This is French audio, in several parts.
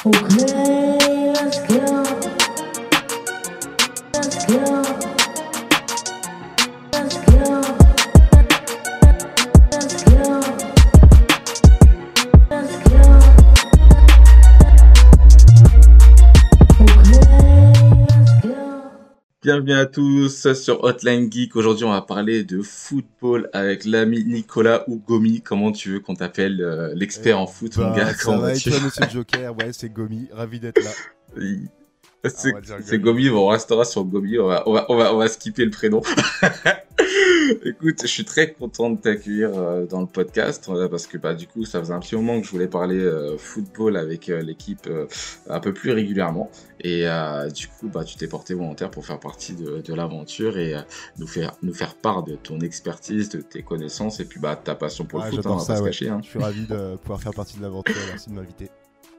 Okay, let's go. Let's go. Let's go. Let's go. Let's go. Okay, let's go. Bienvenue à tous sur Hotline Geek. Aujourd'hui, on va parler de football avec l'ami Nicolas ou Gomi. Comment tu veux qu'on t'appelle l'expert en foot, mon gars? Ça Comment va et vas-tu? toi, monsieur Joker? Ouais, c'est Gomi, ravi d'être là. C'est On va dire c'est Gomi. Gomi, on restera sur Gomi. On va skipper le prénom. Écoute, je suis très content de t'accueillir dans le podcast parce que du coup, ça faisait un petit moment que je voulais parler football avec l'équipe un peu plus régulièrement. Et du coup, tu t'es porté volontaire pour faire partie de l'aventure et nous faire part de ton expertise, de tes connaissances et puis de ta passion pour le Ouais, foot, on j'adore va pas ça, se ouais. cacher. Hein. Je suis ravi de pouvoir faire partie de l'aventure. Merci de m'inviter.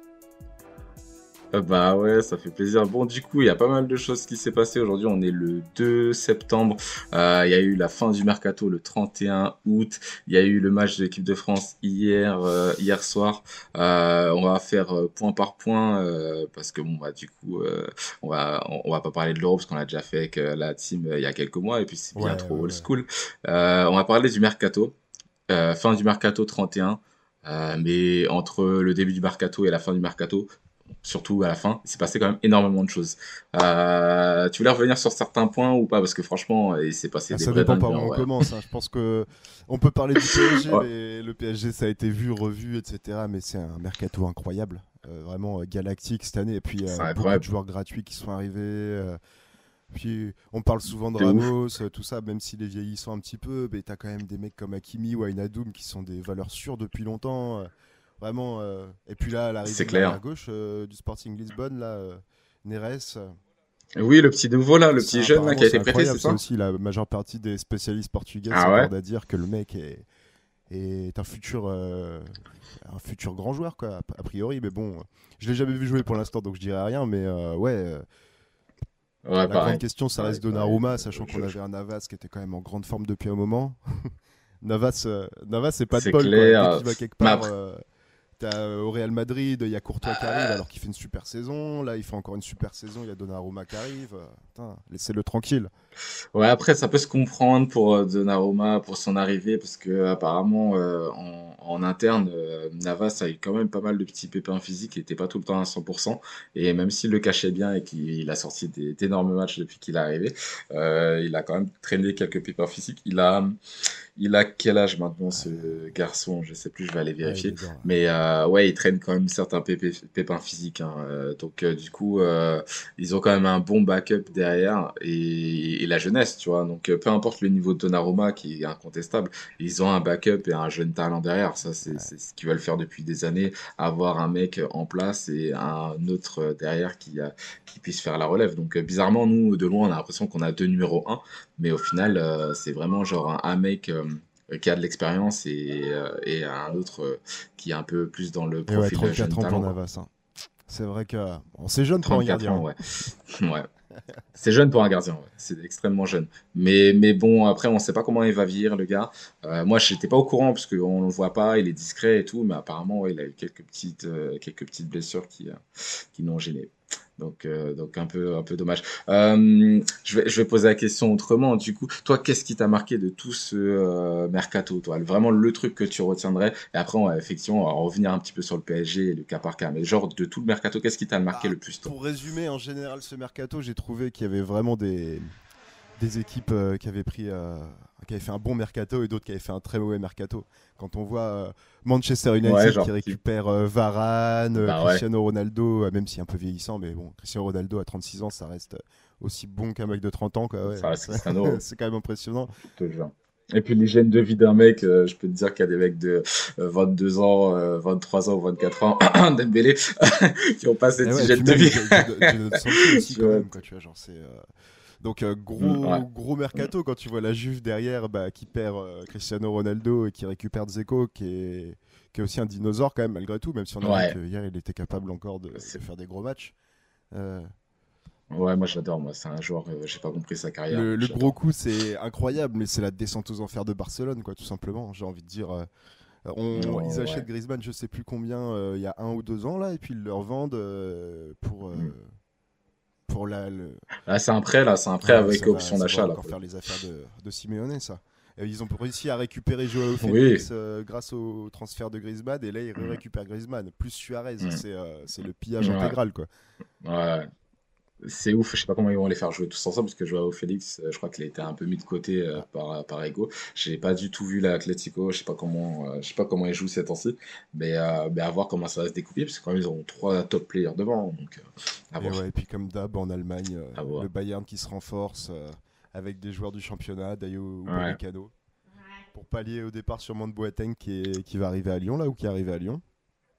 Bah ouais, ça fait plaisir. Bon, du coup, il y a pas mal de choses qui s'est passé aujourd'hui. On est le 2 septembre. Il y a eu la fin du mercato le 31 août. Il y a eu le match de l'équipe de France hier soir. On va faire point par point parce que du coup, on va pas parler de l'Euro parce qu'on l'a déjà fait avec la team il y a quelques mois et puis c'est bien Ouais, trop ouais, old ouais. school. On va parler du mercato. Fin du mercato 31. Mais entre le début du mercato et la fin du mercato, surtout à la fin, il s'est passé quand même énormément de choses. Tu voulais revenir sur certains points ou pas? Parce que franchement, il s'est passé des Ça vraies dépend par dingueries où en on vrai. commence. Je pense que on peut parler du PSG, Ouais, mais le PSG, ça a été vu, revu, etc. Mais c'est un mercato incroyable. Vraiment galactique cette année. Et puis, c'est beaucoup de incroyable. joueurs gratuits qui sont arrivés. Puis on parle souvent de De ouf. Ramos, tout ça, même s'il est vieillissant un petit peu, mais t'as quand même des mecs comme Hakimi ou Wijnaldum qui sont des valeurs sûres depuis longtemps. Vraiment. Et puis là, C'est l'arrivée de clair. l'arrière gauche du Sporting Lisbonne, là, Neres, Oui, le petit nouveau là, le petit jeune là apparemment qui a c'est été prêté, c'est incroyable. Ça ça? aussi, la majeure partie des spécialistes portugais Ah ouais? s'accordent à dire que le mec est un futur grand joueur, quoi, a priori. Mais bon, je l'ai jamais vu jouer pour l'instant, donc je dirais rien. Mais ouais. Ouais, La grande pareil. question, ça Pareil, reste pareil. Donnarumma, sachant qu'on avait un Navas qui était quand même en grande forme depuis un moment. Navas, c'est pas de C'est bol, quoi. Dès clair. qu'il va quelque Mais part, après, au Real Madrid, il y a Courtois qui arrive euh, alors qu'il fait une super saison. Là, il fait encore une super saison, il y a Donnarumma qui arrive. Putain, laissez-le tranquille. ouais, après, ça peut se comprendre pour Donnarumma, pour son arrivée, parce que apparemment, en interne, Navas a eu quand même pas mal de petits pépins physiques, il était pas tout le temps à 100%, et même s'il le cachait bien et qu'il a sorti d'énormes matchs depuis qu'il est arrivé, il a quand même traîné quelques pépins physiques. Il a quel âge maintenant, ce garçon? Je sais plus, je vais aller Ouais, il vérifier. est dur. Mais ouais, il traîne quand même certains pépins physiques. Hein. Donc du coup, ils ont quand même un bon backup derrière et la jeunesse, tu vois. Donc peu importe le niveau de Donnarumma qui est incontestable, ils ont un backup et un jeune talent derrière. Ça, c'est ce qu'ils veulent faire depuis des années, avoir un mec en place et un autre derrière qui puisse faire la relève. Donc bizarrement, nous, de loin, on a l'impression qu'on a deux numéros un, mais au final, c'est vraiment genre un mec qui a de l'expérience et un autre qui est un peu plus dans le Et ouais, profil jeune 34 ans pour talent, quoi. Navas. C'est vrai que c'est jeune pour un 34 gardien. ans, ouais. Ouais. C'est jeune pour un gardien, ouais. C'est extrêmement jeune. Mais bon, après, on sait pas comment il va vieillir, le gars. Moi, j'étais pas au courant parce qu'on le voit pas, il est discret et tout, mais apparemment, ouais, il a eu quelques petites blessures qui l'ont gêné. Donc un peu dommage. Je vais poser la question autrement. Du coup, toi, qu'est-ce qui t'a marqué de tout ce mercato, toi? Vraiment le truc que tu retiendrais. Et après, effectivement, on va revenir un petit peu sur le PSG et le cas par cas. Mais genre, de tout le mercato, qu'est-ce qui t'a marqué Ah, le plus, toi? pour résumer, en général, ce mercato, j'ai trouvé qu'il y avait vraiment des équipes qui avaient fait un bon mercato et d'autres qui avaient fait un très mauvais mercato. Quand on voit Manchester Ouais, United qui genre qui? récupère Varane, Bah ouais, Cristiano Ronaldo, même si un peu vieillissant, mais bon, Cristiano Ronaldo à 36 ans, ça reste aussi bon qu'un mec de 30 ans, quoi. Ouais, ça reste Cristiano, c'est quand même impressionnant. je te jure. Et puis l'hygiène de vie d'un mec, je peux te dire qu'il y a des mecs de 22 ans, 23 ans ou 24 ans, Dembélé, qui ont pas Et cette ouais, et hygiène puis de même vie. Jadon Sancho aussi Tu quand vois. même, quoi, tu vois, genre c'est donc Ouais. gros mercato quand tu vois la Juve derrière qui perd Cristiano Ronaldo et qui récupère Dzeko qui est aussi un dinosaure quand même malgré tout, même si on a vu Ouais. que hier il était capable encore de C'est- faire des gros matchs. Euh, Ouais, moi j'adore, moi. C'est un joueur, j'ai pas compris sa carrière, mais le gros j'adore. coup c'est incroyable, mais c'est la descente aux enfers de Barcelone, quoi, tout simplement. J'ai envie de dire. Ils Ouais. achètent Griezmann, je sais plus combien, il y a 1 ou 2 ans là, et puis ils le revendent Mm. pour le... Là, c'est un prêt, là, c'est un prêt Ouais, avec option ça va d'achat, là, encore pour le faire coup. les affaires de Simeone, ça. Et ils ont réussi à récupérer Joao Oui. Félix grâce au transfert de Griezmann, et là ils Mm. récupèrent Griezmann, plus Suarez. Mm. C'est le pillage Ouais. intégral, quoi. Ouais. C'est ouf, je sais pas comment ils vont les faire jouer tous ensemble parce que Joao Félix, je crois qu'il a été un peu mis de côté Ah, par Ego. J'ai pas du tout vu l'Atlético, je sais pas comment ils jouent ces temps-ci, mais à voir comment ça va se découper parce que quand même ils ont trois top players devant, donc à et voir, ouais, et puis comme d'hab en Allemagne, à le voir. Bayern qui se renforce avec des joueurs du championnat, Dayo Ouais. Upamecano, pour pallier au départ sûrement de Boateng qui va arriver à Lyon là, ou qui est arrivé à Lyon.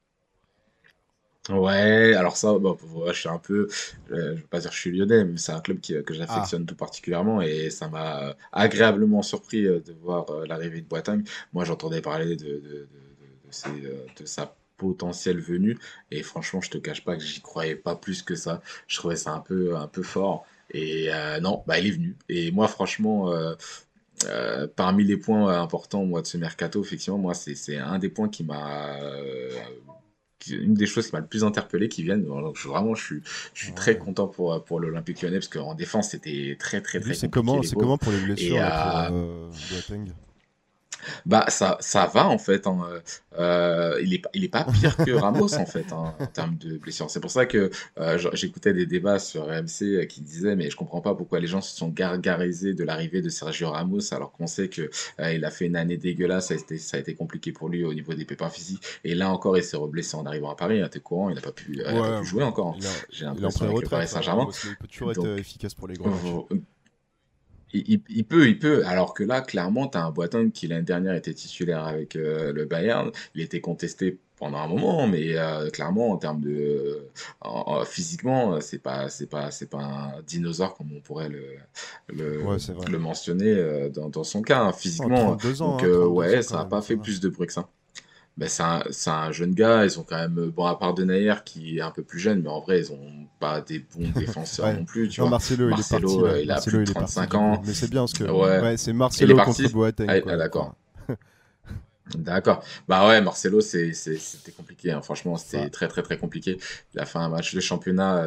Ouais, alors ça, bon, ouais, je suis un peu, je veux pas dire que je suis lyonnais, mais c'est un club que Ah, j'affectionne tout particulièrement et ça m'a agréablement surpris de voir l'arrivée de Boateng. Moi, j'entendais parler de sa potentielle venue et franchement, je te cache pas que j'y croyais pas plus que ça. Je trouvais ça un peu fort et non, bah il est venu. Et moi, franchement, parmi les points importants moi de ce mercato, effectivement, moi c'est un des points qui m'a une des choses qui m'a le plus interpellé qui viennent. Donc, je suis très ouais. content pour l'Olympique Lyonnais parce qu'en défense c'était très très Et lui, très compliqué les c'est pauvres. comment pour les Et blessures là pour Boateng? bah ça va en fait, hein. Il est pas pire que Ramos en fait, hein, en termes de blessures. C'est pour ça que j'écoutais des débats sur RMC qui disaient mais je comprends pas pourquoi les gens se sont gargarisés de l'arrivée de Sergio Ramos alors qu'on sait que il a fait une année dégueulasse, ça a été compliqué pour lui au niveau des pépins physiques. Et là encore il s'est reblessé en arrivant à Paris. Hein, t'es courant, il a pas Ouais, pu jouer encore, hein. il J'ai il est en l'impression avec le Paris pré-retraite, Saint-Germain. Ramos, mais il peut toujours être Donc efficace pour les gros matchs. il peut. Alors que là, clairement, tu as un Boateng qui l'année dernière était titulaire avec le Bayern. Il était contesté pendant un moment, mais clairement, en termes physiquement, c'est pas un dinosaure comme on pourrait Ouais, le, c'est vrai. le mentionner dans son cas, hein, Oh, physiquement. 32 ans, Donc, hein, 32 ouais, ans quand ça a même, pas ça fait va. plus de bruit que ça. Ben, c'est un jeune gars, ils ont quand même, bon, à part Denayer qui est un peu plus jeune, mais en vrai, ils ont pas des bons défenseurs Ouais. non plus, tu Non, vois. Marcelo, il est parti Marcelo, là. il a plus Marcelo, de il est parti 35 du coup. ans. Mais c'est bien parce que Ouais, ouais, c'est il est Marcelo contre parti? Boateng Ah, quoi. d'accord. Enfin, D'accord. Bah ouais, Marcelo, c'était compliqué, hein. Franchement, ça. c'était très, très, très compliqué. Il a fait un match de championnat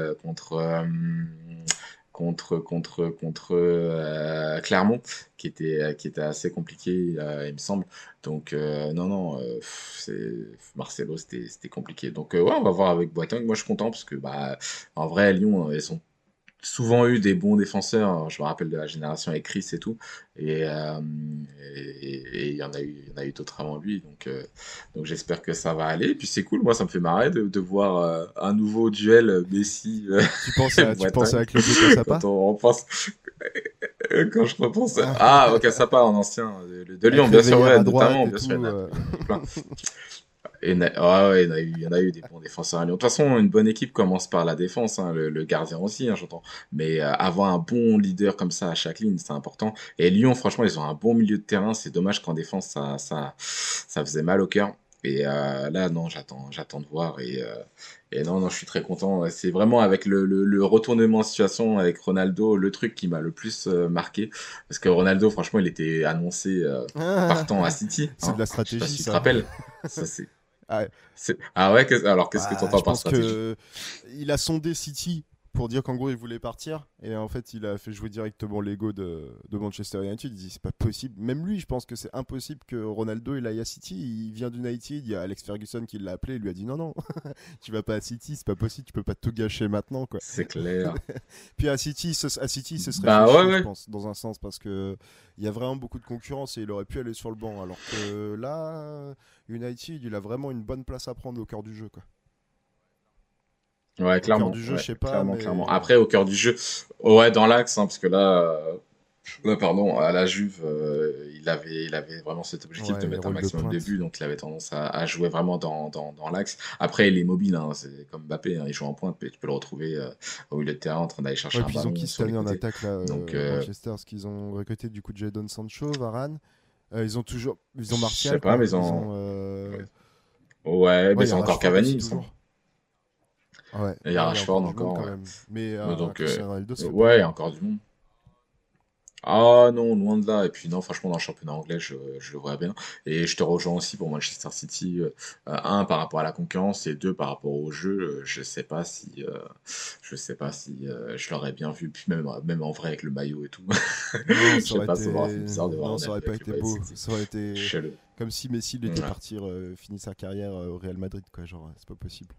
contre Clermont, qui était assez compliqué, il me semble. Donc, non, non, Marcelo, c'était compliqué. Donc, ouais, on va voir avec Boateng. Moi, je suis content parce que, bah, en vrai, à Lyon, ils ont souvent eu des bons défenseurs. Je me rappelle de la génération avec Chris et tout. Et il y en a il y en a eu d'autres avant lui. Donc j'espère que ça va aller. Et puis c'est cool. Moi, ça me fait marrer de voir un nouveau duel Messi Tu penses Boateng. à Claudio Cassapa? Quand on repense, quand je repense. Ah, Ah, ok, ça part en ancien. De avec Lyon, bien sûr, Réveillère ouais, à droite notamment. et Bien sûr, tout. il y en a eu plein. Ah ouais, il y en a eu des bons défenseurs à Lyon. De toute façon, une bonne équipe commence par la défense, hein, le gardien aussi, hein, j'entends. Mais avoir un bon leader comme ça à chaque ligne, c'est important. Et Lyon, franchement, ils ont un bon milieu de terrain. C'est dommage qu'en défense, ça faisait mal au cœur. Et là, non, j'attends de voir. Et non, non, je suis très content. C'est vraiment avec le retournement de situation avec Ronaldo, le truc qui m'a le plus marqué. Parce que Ronaldo, franchement, il était annoncé partant à City. C'est de Hein. la Je sais pas stratégie, si tu te ça. rappelles. Ça, c'est Ah, Ah ouais, alors qu'est-ce que tu bah, entends je par pense stratégie? que il a sondé City pour dire qu'en gros il voulait partir et en fait il a fait jouer directement l'ego de Manchester United. Il dit c'est pas possible. Même lui, je pense que c'est impossible que Ronaldo il aille à City. Il vient d'United. Il y a Alex Ferguson qui l'a appelé. Il lui a dit non non, tu vas pas à City, c'est pas possible. Tu peux pas tout gâcher maintenant quoi. C'est clair. Puis à City, il se serait fait Bah ouais, chier, je ouais. pense, dans un sens, parce que il y a vraiment beaucoup de concurrence et il aurait pu aller sur le banc. Alors que là, United, il a vraiment une bonne place à prendre au cœur du jeu, quoi. Ouais, Au cœur clairement. du jeu, je Ouais, sais pas, clairement, clairement. mais Après, au cœur du jeu, ouais, dans l'axe, hein, parce que là, pardon, à la Juve, il avait vraiment cet objectif de ouais, les mettre un rôles de maximum de pointe. buts, donc il avait tendance à jouer vraiment dans l'axe. Après, il est mobile, hein, c'est comme Mbappé, hein, il joue en pointe, mais tu peux le retrouver au milieu de terrain en train d'aller chercher Ouais, un puis ils ont ballon qui cette sur les année en côtés. attaque, là, Donc, Manchester, parce qu'ils ont recruté du coup Jadon Sancho, Varane. Ils ont je sais Martial, pas, quoi. mais ils Ils ont. ont, Ouais, mais ouais, il y ils a ont encore Rashford Cavani, aussi il me semble. toujours. Ouais, Et il y a ouais, il y a Rashford encore du monde encore, quand ouais. même. Mais Donc, Cristiano Ronaldo se fait pas ouais, il y a avoir. encore du monde. Ah non, loin de là. Et puis non, franchement, dans le championnat anglais, je le vois bien. Et je te rejoins aussi pour Manchester City. Un, par rapport à la concurrence, et deux, par rapport au jeu. Je sais pas si je l'aurais bien vu. Puis même en vrai avec le maillot et tout. Non, Je sais pas, ça m'aurait fait bizarre de voir non, ça Ronaldo aurait pas avec le été maillot de beau. City. Ça aurait été Chelou. comme si Messi il était Ouais. partir, finir sa carrière au Real Madrid, quoi. Genre, c'est pas possible.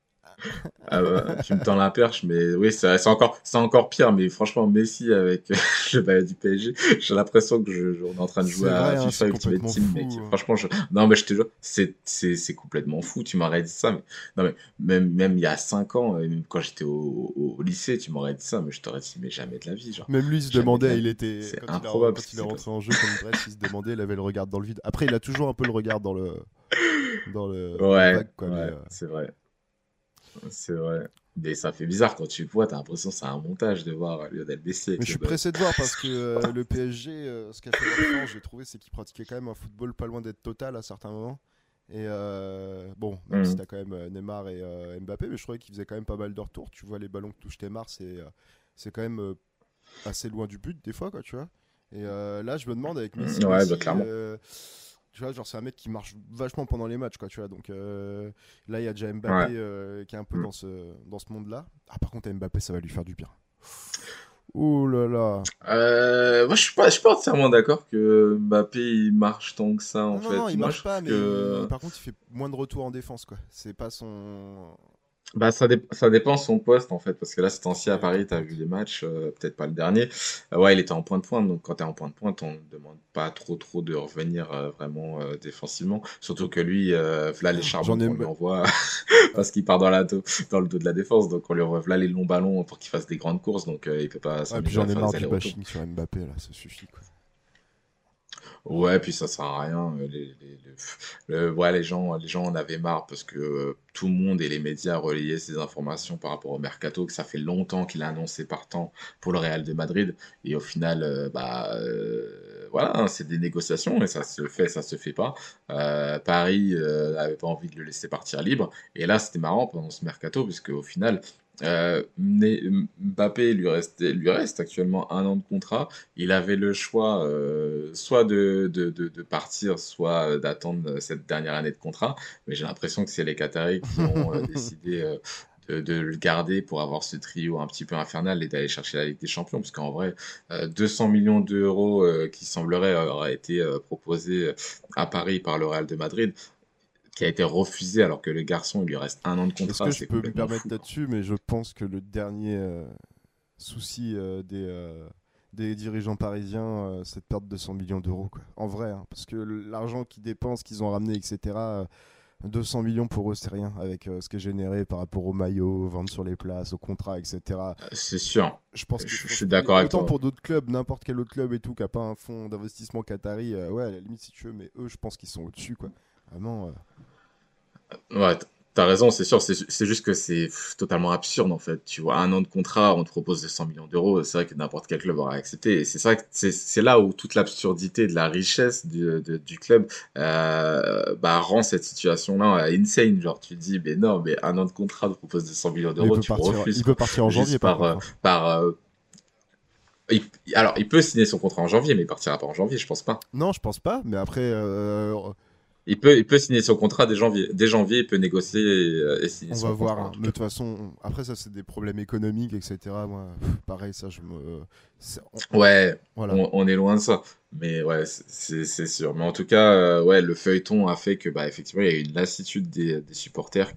Ah bah, tu me tends la perche, mais oui, c'est encore pire. Mais franchement, Messi avec le maillot du PSG, j'ai l'impression que on est en train de jouer C'est vrai, à hein, c'est FIFA Ultimate complètement Team, mec. fou, hein. Franchement, non, mais je te jure, c'est complètement fou. Tu m'aurais dit ça, mais non, mais même il y a 5 ans, et même quand j'étais au lycée, tu m'aurais dit ça, mais je t'aurais dit, mais jamais de la vie, genre, Même lui il se jamais de la demandait, il vie. était C'est improbable ce quand qui il est s'est passé. rentré en jeu contre Brest, il se demandait, il avait le regard dans le vide. Après, il a toujours un peu le regard dans le Ouais, vague, quoi. Mais ouais, c'est vrai, c'est vrai. Mais ça fait bizarre quand tu le vois, t'as l'impression que c'est un montage de voir Lionel Messi mais avec je le suis ballon. pressé de voir parce que le PSG, ce qu'a fait leur force, j'ai trouvé, c'est qu'ils pratiquaient quand même un football pas loin d'être total à certains moments. Et bon, même si Mhm. t'as quand même Neymar et Mbappé, mais je trouvais qu'ils faisaient quand même pas mal de retours. Tu vois les ballons que touche Neymar, c'est quand même assez loin du but des fois, quoi, tu vois. Et là, je me demande avec Messi, Ouais, bah clairement. tu vois, genre c'est un mec qui marche vachement pendant les matchs, quoi, tu vois. Donc là, il y a déjà Mbappé Ouais. qui est un peu dans ce monde-là. Ah, par contre, Mbappé, ça va lui faire du bien. Ouh là là. Moi, je suis pas entièrement d'accord que Mbappé il marche tant que ça en Non, non, non, fait. il Moi, marche je pas, trouve mais que par contre, il fait moins de retours en défense, quoi. C'est pas son. bah ça dépend son poste en fait parce que là ce temps-ci Ouais, à il était en Paris, t'as vu pointe. les matchs, peut-être pas le dernier. Ouais, il était en point de pointe, donc quand t'es en point de pointe, on ne demande pas trop de revenir vraiment défensivement. Surtout que lui, voilà les charbons J'en ai. qu'on lui envoie parce qu'il part dans le dos de la défense, donc on lui envoie voilà les longs ballons pour qu'il fasse des grandes courses, donc il peut pas Ouais, puis s'amuser à j'en ai faire marre des du allers-retours. bashing sur Mbappé, là, ça suffit, quoi. Ouais, puis ça sert à rien. Ouais, les gens en avaient marre parce que tout le monde et les médias relayaient ces informations par rapport au mercato, que ça fait longtemps qu'il a annoncé partant pour le Real de Madrid. Et au final, voilà, hein, c'est des négociations et ça se fait pas. Paris n'avait pas envie de le laisser partir libre. Et là, c'était marrant pendant ce mercato, puisque au final, Mbappé lui reste actuellement 1 an de contrat. Il avait le choix soit de partir, soit d'attendre cette dernière année de contrat. Mais j'ai l'impression que c'est les Qataris qui ont décidé de le garder pour avoir ce trio un petit peu infernal et d'aller chercher la Ligue des Champions. Parce qu'en vrai, 200 millions d'euros qui semblerait auraient été proposés à Paris par le Real de Madrid, qui a été refusé alors que le garçon, il lui reste 1 an de Est-ce contrat. que je C'est peux me complètement permettre fou, quoi. là-dessus, mais je pense que le dernier souci des dirigeants parisiens, c'est de perdre 200 millions d'euros, quoi. En vrai, hein, parce que l'argent qu'ils dépensent, qu'ils ont ramené, etc., 200 millions pour eux, c'est rien, avec ce qui est généré par rapport aux maillots, ventes sur les places, aux contrats, etc. C'est sûr. Je pense Je, que je suis d'accord avec autant toi. pour d'autres clubs, n'importe quel autre club et tout, qui a pas un fonds d'investissement qatari, ouais, à la limite si tu veux, mais eux, je pense qu'ils sont au-dessus, quoi. Vraiment. Ouais, t'as raison, c'est sûr. C'est juste que c'est totalement absurde, en fait. Tu vois, 1 an de contrat, on te propose 200 millions d'euros. C'est vrai que n'importe quel club aurait accepté. Et c'est vrai que c'est là où toute l'absurdité de la richesse du club rend cette situation-là insane. Genre, tu te dis, mais non, mais 1 an de contrat, on te propose 200 millions Mais d'euros, tu refuses, il peut quoi. partir en janvier Juste par contre, hein. par, il- alors, il peut signer son contrat en janvier, mais il partira pas en janvier, je pense pas. Non, je pense pas, mais après, Il peut signer son contrat dès janvier. Dès janvier, il peut négocier et signer on va son voir, contrat, en hein. tout Mais de cas. toute façon, après ça, c'est des problèmes économiques, etc. Moi, pareil, ça, Ouais, voilà. on est loin de ça. Mais ouais, c'est sûr. Mais en tout cas, ouais, le feuilleton a fait que, bah, effectivement, il y a eu une lassitude des supporters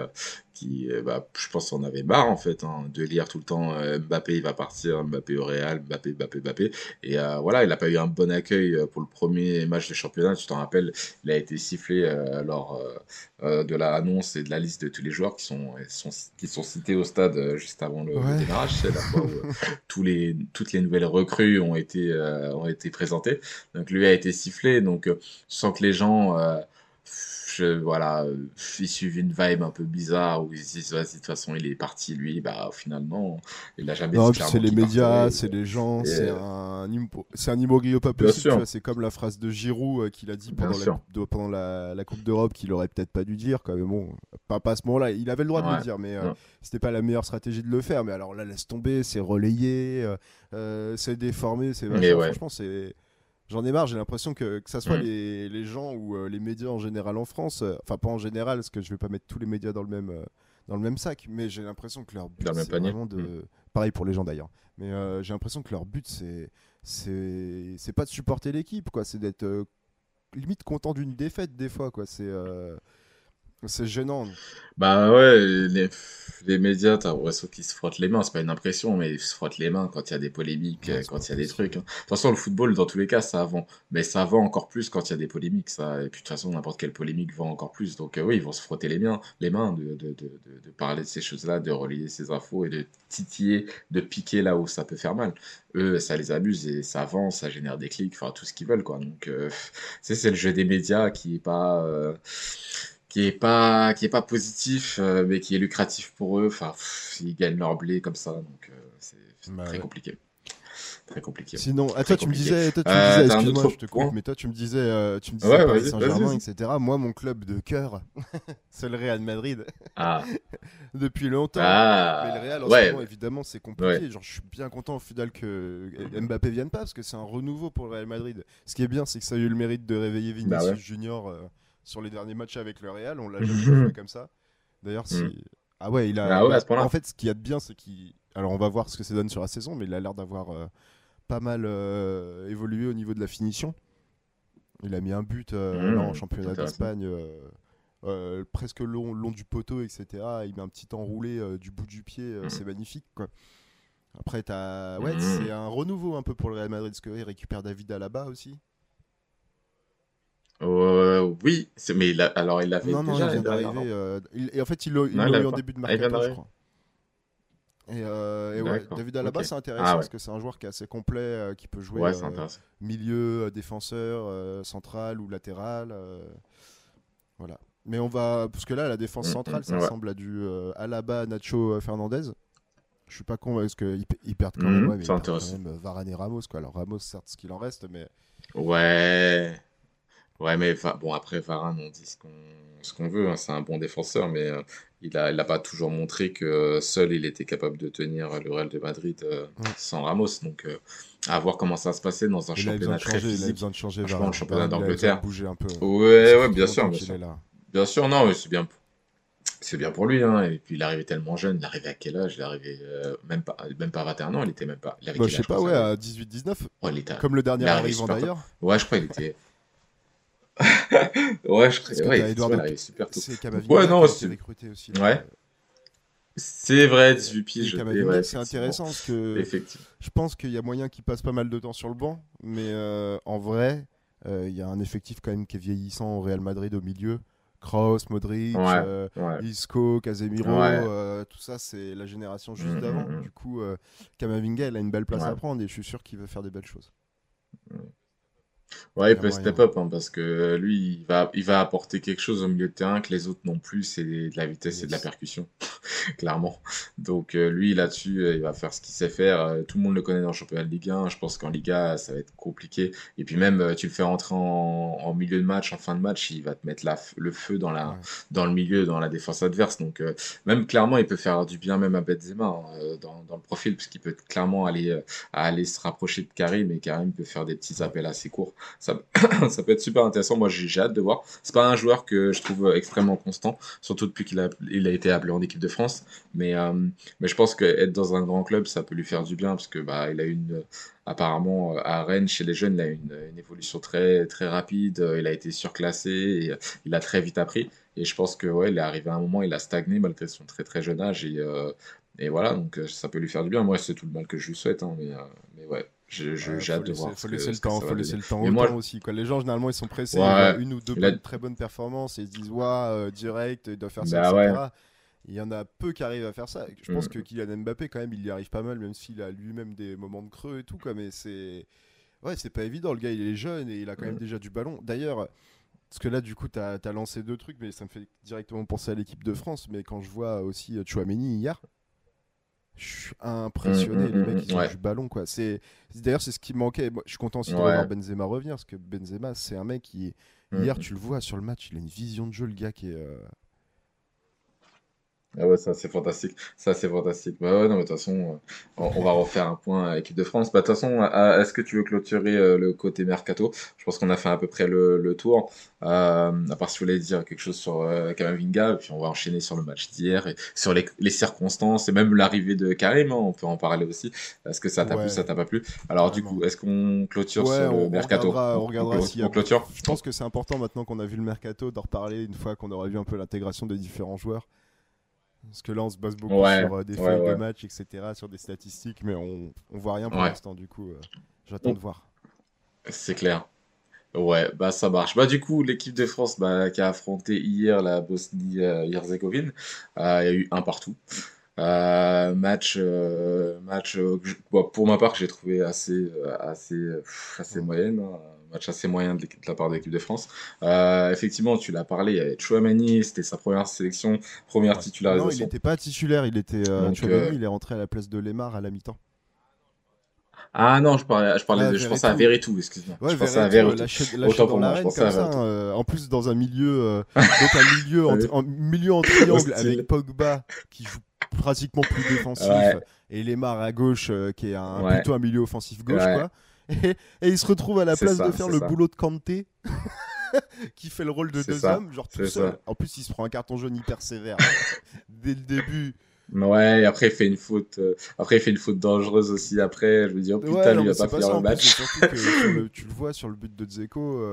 je pense, en avaient marre, en fait, hein, de lire tout le temps Mbappé, il va partir, Mbappé au Real, Mbappé, Mbappé, Mbappé. Et voilà, il n'a pas eu un bon accueil pour le premier match de championnat. Tu t'en rappelles, il a été sifflé lors de l'annonce et de la liste de tous les joueurs qui sont cités au stade juste avant le Ouais. démarrage. C'est la fois où toutes les nouvelles recrues ont été présentées. Donc lui a été sifflé. Donc sans que les gens Voilà, ils suivent une vibe un peu bizarre où ils se disent, vas-y, de toute façon, il est parti, lui. Bah, au final, non. Il a jamais dit Non, puis c'est clairement les qu'il médias, partait. c'est les gens, Et, c'est un imbroglio pas bien possible, tu sûr, vois. C'est comme la phrase de Giroud qu'il a dit bien sûr. pendant la Coupe d'Europe qu'il aurait peut-être pas dû dire, quoi. Mais bon, pas à ce moment-là. Il avait le droit de le Ouais. dire, mais Ouais. c'était pas la meilleure stratégie de le faire. Mais alors là, laisse tomber, c'est relayé, c'est déformé, c'est Mais machin. ouais. Franchement, c'est. J'en ai marre, j'ai l'impression que ça soit Mm. les gens ou les médias en général en France, enfin pas en général, parce que je vais pas mettre tous les médias dans le même sac, mais j'ai l'impression que leur Dans but le même c'est panier. vraiment Mm. de. Pareil pour les gens d'ailleurs, mais j'ai l'impression que leur but c'est pas de supporter l'équipe, quoi, c'est d'être limite content d'une défaite des fois, quoi, c'est gênant. Bah ouais, les médias, t'as l'impression qu'ils se frottent les mains. C'est pas une impression, mais ils se frottent les mains quand il y a des polémiques, Ouais, c'est pas quand il y a des trucs, possible. hein. De toute façon, le football, dans tous les cas, ça vend. Mais ça vend encore plus quand il y a des polémiques, ça. Et puis de toute façon, n'importe quelle polémique vend encore plus. Donc oui, ils vont se frotter les mains de parler de ces choses-là, de relayer ces infos et de titiller, de piquer là où ça peut faire mal. Eux, ça les amuse et ça vend, ça génère des clics, enfin tout ce qu'ils veulent, quoi. Donc c'est le jeu des médias qui est pas positif, mais qui est lucratif pour eux. Enfin, ils gagnent leur blé comme ça, donc c'est Bah très ouais. compliqué. Très compliqué. Sinon, Très compliqué. toi tu me disais, T'as un excuse-moi, autre je te coupe, point? mais toi tu me disais Ouais, Paris vas-y, vas-y, Saint-Germain, vas-y. etc. Moi, mon club de cœur, c'est le Real Madrid Ah, depuis longtemps. Mais le ah, Real en ce ouais, moment, évidemment, c'est ouais. compliqué. Genre, je suis bien content au final que Mbappé vienne pas parce que c'est un renouveau pour le Real Madrid. Ce qui est bien, c'est que ça a eu le mérite de réveiller Bah Vinicius ouais. Junior sur les derniers matchs avec le Real. On l'a jamais vu jouer comme ça. D'ailleurs, Hmm. si. Ah ouais, il a. Ah ouais, à Bah, ce en point-là. fait, ce qu'il y a de bien, c'est qu'il. Alors, on va voir ce que ça donne sur la saison, mais il a l'air d'avoir pas mal évolué au niveau de la finition. Il a mis un but là en Hmm, championnat intéressant. d'Espagne, presque long du poteau, etc. Il met un petit enroulé du bout du pied, Hmm. c'est magnifique, quoi. Après, ouais, c'est Hmm. un renouveau un peu pour le Real Madrid, parce qu'il récupère David Alaba aussi. Oui, mais alors il l'avait Non, non, il déjà l'année vient dernière, d'arriver. non? Et en fait, ils Non, il l'ont eu l'avait en pas. début de Ah, il vient mercato, je d'arriver. crois. Et ouais, D'accord, David ok. Alaba, c'est intéressant Ah ouais, parce que c'est un joueur qui est assez complet, qui peut jouer ouais, c'est intéressant. milieu, défenseur, central ou latéral. Voilà. Mais on va. Parce que là, la défense centrale, ça Ouais. ressemble à du Alaba, Nacho, Fernandez. Je suis pas con parce qu'ils perdent quand même, Mhm, ouais, mais c'est ils perdent quand intéressant. même Varane et Ramos, quoi. Alors Ramos, certes, ce qu'il en reste, mais Ouais, ouais, mais bon, après Varane, on dit ce qu'on veut, hein, c'est un bon défenseur, mais il a pas toujours montré que seul il était capable de tenir le Real de Madrid mm. sans Ramos. Donc, à voir comment ça va se passer dans un Il avait besoin championnat de très changer, il avait physique. besoin de changer Franchement, le Varane. championnat Varane, il avait besoin de d'Angleterre. bouger un peu. Ouais, Ça ouais, fait trop longtemps qu'il est là. bien sûr, non, mais c'est bien. C'est bien pour lui, hein. Et puis il est arrivé tellement jeune. Il est arrivé à quel âge? Il est arrivé même pas à 21 ans. Il était même pas. Il avait Bah, je quel sais âge quand pas, ça ouais, arrive? à 18-19, Oh, comme le dernier il est arrivé arrivant super tôt. d'ailleurs. Ouais, je crois qu'il était. Ouais, Parce que ouais, t'as effectivement, il est Eduardo, arrivé super tôt. c'est Donc, ouais, Camavinga qui non, a été recruté aussi là. ouais, c'est vrai, Et, 18 et piges, et ouais, Camavinga, c'est effectivement. intéressant parce que Effectivement. je pense qu'il y a moyen qu'il passe pas mal de temps sur le banc, mais en vrai, il y a un effectif quand même qui est vieillissant au Real Madrid au milieu. Kroos, Modric, Ouais, ouais, Isco, Casemiro, ouais. tout ça, c'est la génération juste d'avant. Mm. Du coup, Camavinga, il a une belle place à Ouais. prendre et je suis sûr qu'il veut faire des belles choses. Ouais, Il il y a peut step moyen. up, hein, parce que lui, il va apporter quelque chose au milieu de terrain que les autres n'ont plus, c'est de la vitesse et de la Yes. percussion. Clairement. Donc lui là-dessus, il va faire ce qu'il sait faire. Tout le monde le connaît dans le championnat de Ligue 1. Je pense qu'en Liga, ça va être compliqué. Et puis même, tu le fais rentrer en milieu de match, en fin de match, il va te mettre le feu Ouais. dans le milieu, dans la défense adverse. Donc même clairement, il peut faire du bien même à Benzema, hein, dans le profil, parce qu'il peut clairement aller se rapprocher de Karim et Karim peut faire des petits Ouais. appels assez courts. Ça, ça peut être super intéressant. Moi, j'ai hâte de voir. C'est pas un joueur que je trouve extrêmement constant, surtout depuis qu'il a été appelé en équipe de France. Mais je pense qu'être dans un grand club, ça peut lui faire du bien parce que bah, apparemment à Rennes, chez les jeunes, il a une évolution très, très rapide. Il a été surclassé et il a très vite appris. Et je pense que ouais, il est arrivé à un moment, il a stagné malgré son très très jeune âge. Et voilà, donc ça peut lui faire du bien. Moi, c'est tout le mal que je lui souhaite, hein, mais ouais, Ouais, j'ai hâte de voir faut laisser le ce que temps, ça faut va donner. laisser le temps Mais au moi, temps aussi, quoi. Les gens généralement ils sont pressés, ils voient ouais, une ou deux il a, très bonnes performances et ils se disent waouh, direct, il doit faire ça, bah ouais. etc. Il y en a peu qui arrivent à faire ça. Je pense que Mm, Kylian Mbappé quand même il y arrive pas mal, même s'il a lui-même des moments de creux et tout, quoi. Mais c'est ouais, c'est pas évident. Le gars il est jeune et il a quand même mm, déjà du ballon. D'ailleurs, Parce que là, du coup, t'as lancé deux trucs, mais ça me fait directement penser à l'équipe de France. Mais quand je vois aussi Tchouaméni hier, je suis impressionné. Les mecs, ils ont Ouais, du ballon, quoi. D'ailleurs, c'est ce qui manquait. Moi, je suis content aussi de revoir ouais. Benzema revenir, parce que Benzema, c'est un mec qui, hier, Mm. tu le vois sur le match, il a une vision de jeu, le gars qui est. Ah ouais, ça c'est fantastique. Ça c'est fantastique. Bah ouais, non, mais de toute façon, on va refaire un point à l'équipe de France. Bah, de toute façon, est-ce que tu veux clôturer le côté mercato? Je pense qu'on a fait à peu près le tour. À part si vous voulez dire quelque chose sur Kamavinga, et puis on va enchaîner sur le match d'hier et sur les circonstances et même l'arrivée de Karim, hein, on peut en parler aussi. Est-ce que ça t'a plu, ça Ouais, t'a pas plu? Alors du carrément. coup, est-ce qu'on clôture Ouais, sur le mercato? on regardera s'il y On a. clôture? Je pense que c'est important maintenant qu'on a vu le mercato d'en reparler une fois qu'on aura vu un peu l'intégration des différents joueurs. Parce que là, on se base beaucoup Ouais, sur des ouais, feuilles de ouais, match, etc., sur des statistiques, mais on voit rien pour ouais. l'instant. Du coup, j'attends de voir. C'est clair. Ouais, bah ça marche. Bah du coup, l'équipe de France bah, qui a affronté hier la Bosnie-Herzégovine, il y a eu un partout. Match bon, pour ma part que j'ai trouvé assez Mm. moyenne, hein. Match assez moyen de la part de l'équipe de France. Effectivement, tu l'as parlé, il y avait Chouamani, c'était sa première sélection, première Ouais. Non, il titularisation. n'était pas titulaire. Il était Donc Tchouaméni, il est rentré à la place de Lemar à la mi-temps. ah non, Ah, je pensais à Verretou. Veretout, excuse-moi. Ouais, Je pensais à Verretou, Veretout. lâché Autant dans pour moi, je l'arène pensais à comme ça, Veretout. hein, en plus, dans un milieu, donc un milieu Ouais. en milieu en triangle avec Hostile. Pogba qui joue pratiquement plus défensif Ouais, et Lemar à gauche qui est ouais, plutôt un milieu offensif gauche, ouais, quoi. Et il se retrouve à la c'est place de ça, faire c'est le ça, boulot de Kanté qui fait le rôle de c'est deux ça, hommes, genre tout c'est seul. ça. En plus, il se prend un carton jaune hyper sévère dès le début. Ouais, et après il fait une faute, après il fait une faute dangereuse aussi. Après, je me dis oh putain, Ouais, non, lui il mais va c'est pas pas finir ça. le En plus, c'est match. surtout que tu le vois sur le but de Dzeko,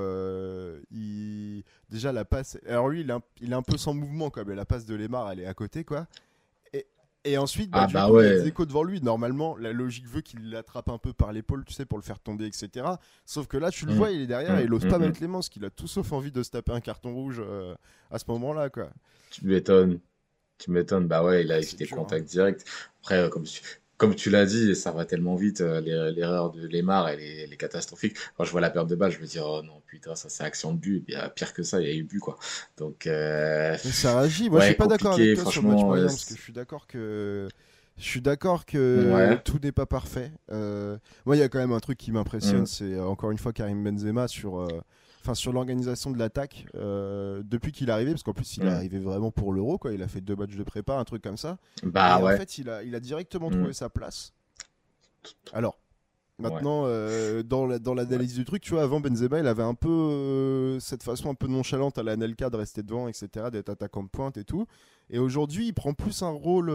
déjà la passe. Alors lui, il est un peu sans mouvement, quoi. Mais la passe de Lemar, elle est à côté, quoi. Et, et ensuite, bah, Ah du bah coup, il y a ouais. Dzeko devant lui. Normalement, la logique veut qu'il l'attrape un peu par l'épaule, tu sais, pour le faire tomber, etc. Sauf que là, tu le Mm, vois, il est derrière et mm, il ose mm, pas mm. mettre les mains parce qu'il a tout sauf envie de se taper un carton rouge à ce moment-là, quoi. Tu m'étonnes, tu m'étonnes. Bah ouais, il a Ah, c'est évité le dur, hein. contact direct. Après, comme tu l'as dit, ça va tellement vite. L'erreur de Lemar, elle est catastrophique. Quand je vois la perte de balle, je me dis oh non putain, ça c'est action de but. Et puis, pire que ça, il y a eu but quoi. Donc Mais ça réagit. Moi, je suis ouais, pas d'accord avec compliqué. toi sur le match Franchement, moyen parce que je suis d'accord que ouais. tout n'est pas parfait. Moi, il y a quand même un truc qui m'impressionne, Mm, c'est encore une fois Karim Benzema sur l'organisation de l'attaque depuis qu'il est arrivé, parce qu'en plus il est mm. arrivé vraiment pour l'Euro, quoi. Il a fait 2 matchs de prépa, un truc comme ça. Bah Et en ouais. fait, il a directement Mm, trouvé sa place. Alors, ouais. maintenant, dans Ouais. l'analyse du truc, tu vois, avant Benzema, il avait un peu cette façon un peu nonchalante à la Anelka de rester devant, etc., d'être attaquant de pointe et tout. Et aujourd'hui, il prend plus un rôle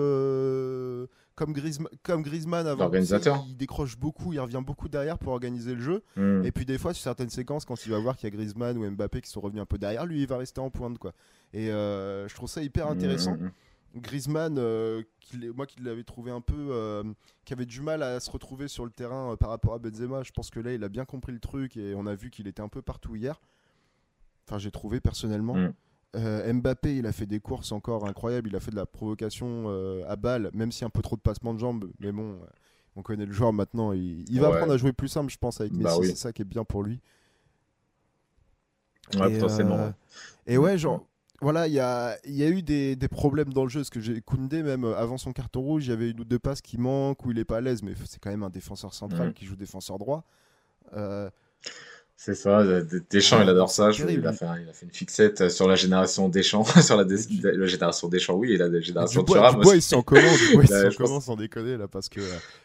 comme Griezmann avant. Tu sais, L'organisateur. il décroche beaucoup, il revient beaucoup derrière pour organiser le jeu. Mm, Et puis des fois, sur certaines séquences, quand il va voir qu'il y a Griezmann ou Mbappé qui sont revenus un peu derrière, lui, il va rester en pointe, quoi. Et je trouve ça hyper mm, intéressant. mm, Griezmann, moi qui l'avais trouvé un peu, qui avait du mal à se retrouver sur le terrain par rapport à Benzema, je pense que là il a bien compris le truc et on a vu qu'il était un peu partout hier. Enfin, j'ai trouvé personnellement. mm. Mbappé, il a fait des courses encore incroyables, il a fait de la provocation à balle, même si un peu trop de passements de jambes, mais bon, on connaît le joueur maintenant, il va apprendre Ouais. à jouer plus simple, je pense, avec Bah Messi, c'est oui. ça qui est bien pour lui. Ouais, Et, potentiellement. euh, Ouais. et Mm, ouais, mm. genre, voilà, il y a eu des problèmes dans le jeu. Parce que j'ai Koundé, même avant son carton rouge, il y avait une ou deux passes qui manquent, où il est pas à l'aise, mais c'est quand même un défenseur central Mm. qui joue défenseur droit. Euh, C'est ça, Deschamps, il ouais, non, adore c'est ça. terrible. Il a fait une fixette sur la génération Deschamps, sur Mais la génération Deschamps, oui, et la mais génération Thuram Dubois, aussi. il s'en comment? Dubois, il s'en Je comment pense, sans déconner, là, parce que.